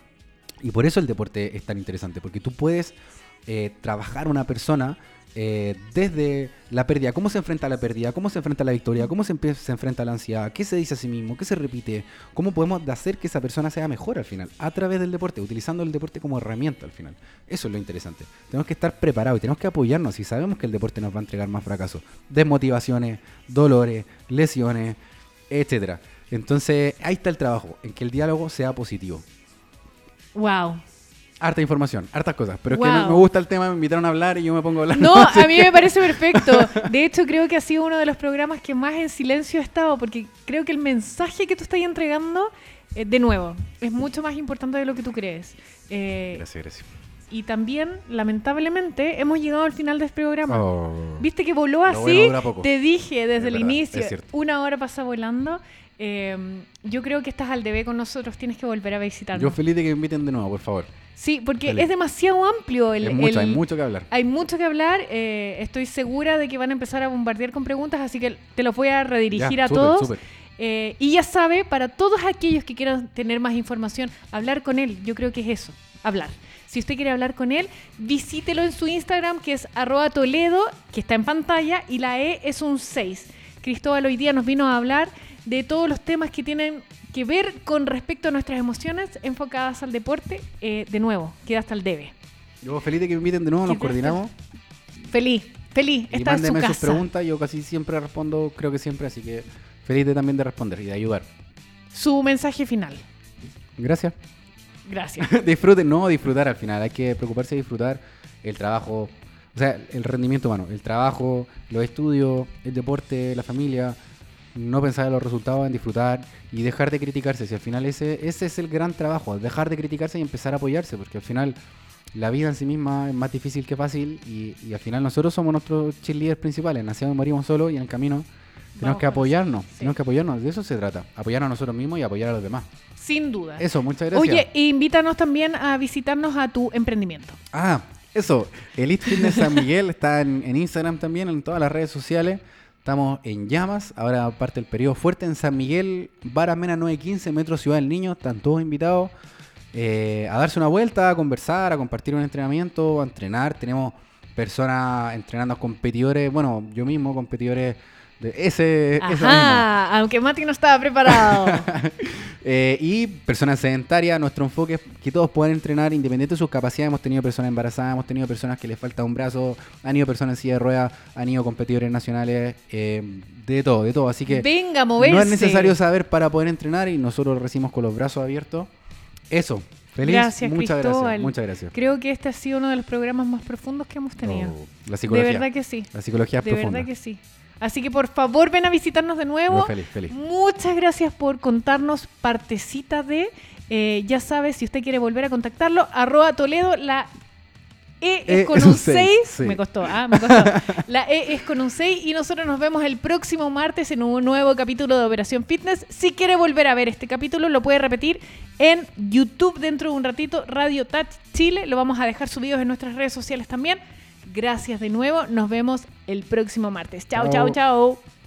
Y por eso el deporte es tan interesante, porque tú puedes eh, trabajar una persona eh, desde la pérdida, cómo se enfrenta a la pérdida, cómo se enfrenta a la victoria, cómo se, se enfrenta a la ansiedad, qué se dice a sí mismo, qué se repite, cómo podemos hacer que esa persona sea mejor al final, a través del deporte, utilizando el deporte como herramienta al final. Eso es lo interesante. Tenemos que estar preparados y tenemos que apoyarnos y sabemos que el deporte nos va a entregar más fracasos, desmotivaciones, dolores, lesiones, etcétera. Entonces ahí está el trabajo, en que el diálogo sea positivo. Wow. Harta información, hartas cosas. Pero wow. es que me, me gusta el tema, me invitaron a hablar y yo me pongo a hablar. No, a mí me parece perfecto. De hecho, creo que ha sido uno de los programas que más en silencio he estado, porque creo que el mensaje que tú estás entregando, eh, de nuevo, es mucho más importante de lo que tú crees. Eh, gracias, gracias. Y también, lamentablemente, hemos llegado al final de este programa. Oh. ¿Viste que voló así? Bueno, te dije desde es el verdad, inicio, una hora pasa volando. Eh, yo creo que estás al debe con nosotros, tienes que volver a visitarnos. Yo feliz de que me inviten de nuevo, por favor. Sí, porque feliz. Es demasiado amplio. El, es mucho, el, hay mucho que hablar. Hay mucho que hablar. Eh, estoy segura de que van a empezar a bombardear con preguntas, así que te los voy a redirigir ya, a súper, todos. Súper. Eh, y ya sabe, para todos aquellos que quieran tener más información, hablar con él. Yo creo que es eso, hablar. Si usted quiere hablar con él, visítelo en su Instagram, que es arroba Toledo, que está en pantalla, y la E es un seis. Cristóbal hoy día nos vino a hablar de todos los temas que tienen que ver con respecto a nuestras emociones enfocadas al deporte. Eh, de nuevo, queda hasta el debe. Yo feliz de que me inviten de nuevo, nos ¿Qué coordinamos. Feliz, feliz. Y Está en su mándenme sus casa. preguntas, yo casi siempre respondo, creo que siempre, así que feliz de también de responder y de ayudar. Su mensaje final. Gracias. Gracias. Disfruten, no disfrutar al final, hay que preocuparse de disfrutar el trabajo, o sea, el rendimiento humano, el trabajo, los estudios, el deporte, la familia, no pensar en los resultados, en disfrutar y dejar de criticarse, si al final ese, ese es el gran trabajo, dejar de criticarse y empezar a apoyarse, porque al final la vida en sí misma es más difícil que fácil y, y al final nosotros somos nuestros cheerleaders principales, nacimos y morimos solos y en el camino tenemos Vamos que con apoyarnos, eso, sí. tenemos que apoyarnos, de eso se trata, apoyarnos a nosotros mismos y apoyar a los demás. Sin duda. Eso, muchas gracias. Oye, invítanos también a visitarnos a tu emprendimiento. Ah, eso. Elite Fitness San Miguel está en, en Instagram también, en todas las redes sociales. Estamos en llamas. Ahora parte el periodo fuerte en San Miguel, Baramena nueve quince, Metro Ciudad del Niño. Están todos invitados eh, a darse una vuelta, a conversar, a compartir un entrenamiento, a entrenar. Tenemos personas entrenando competidores, bueno, yo mismo, competidores de ese, esa misma. Ajá, aunque Mati no estaba preparado. Eh, y personas sedentarias, nuestro enfoque es que todos puedan entrenar independiente de sus capacidades. Hemos tenido personas embarazadas, hemos tenido personas que les falta un brazo, han ido personas en silla de ruedas, han ido competidores nacionales, eh, de todo, de todo. Así que Venga a moverse. no es necesario saber para poder entrenar y nosotros lo recibimos con los brazos abiertos. Eso, feliz, Gracias, muchas Cristóbal. gracias, muchas gracias. Creo que este ha sido uno de los programas más profundos que hemos tenido. Oh, la De psicología. verdad que sí. La psicología es De profunda. verdad que sí. Así que por favor ven a visitarnos de nuevo. Muy feliz, feliz. Muchas gracias por contarnos partecita de, eh, ya sabes, si usted quiere volver a contactarlo, arroba Toledo, la E es Eh, con es un un seis, seis. sí. Me costó, ah, me costó. La E es con un seis y nosotros nos vemos el próximo martes en un nuevo capítulo de Operación Fitness. Si quiere volver a ver este capítulo, lo puede repetir en YouTube dentro de un ratito, Radio Touch Chile. Lo vamos a dejar subidos en nuestras redes sociales también. Gracias de nuevo. Nos vemos el próximo martes. Chao, chao, Chao. chao.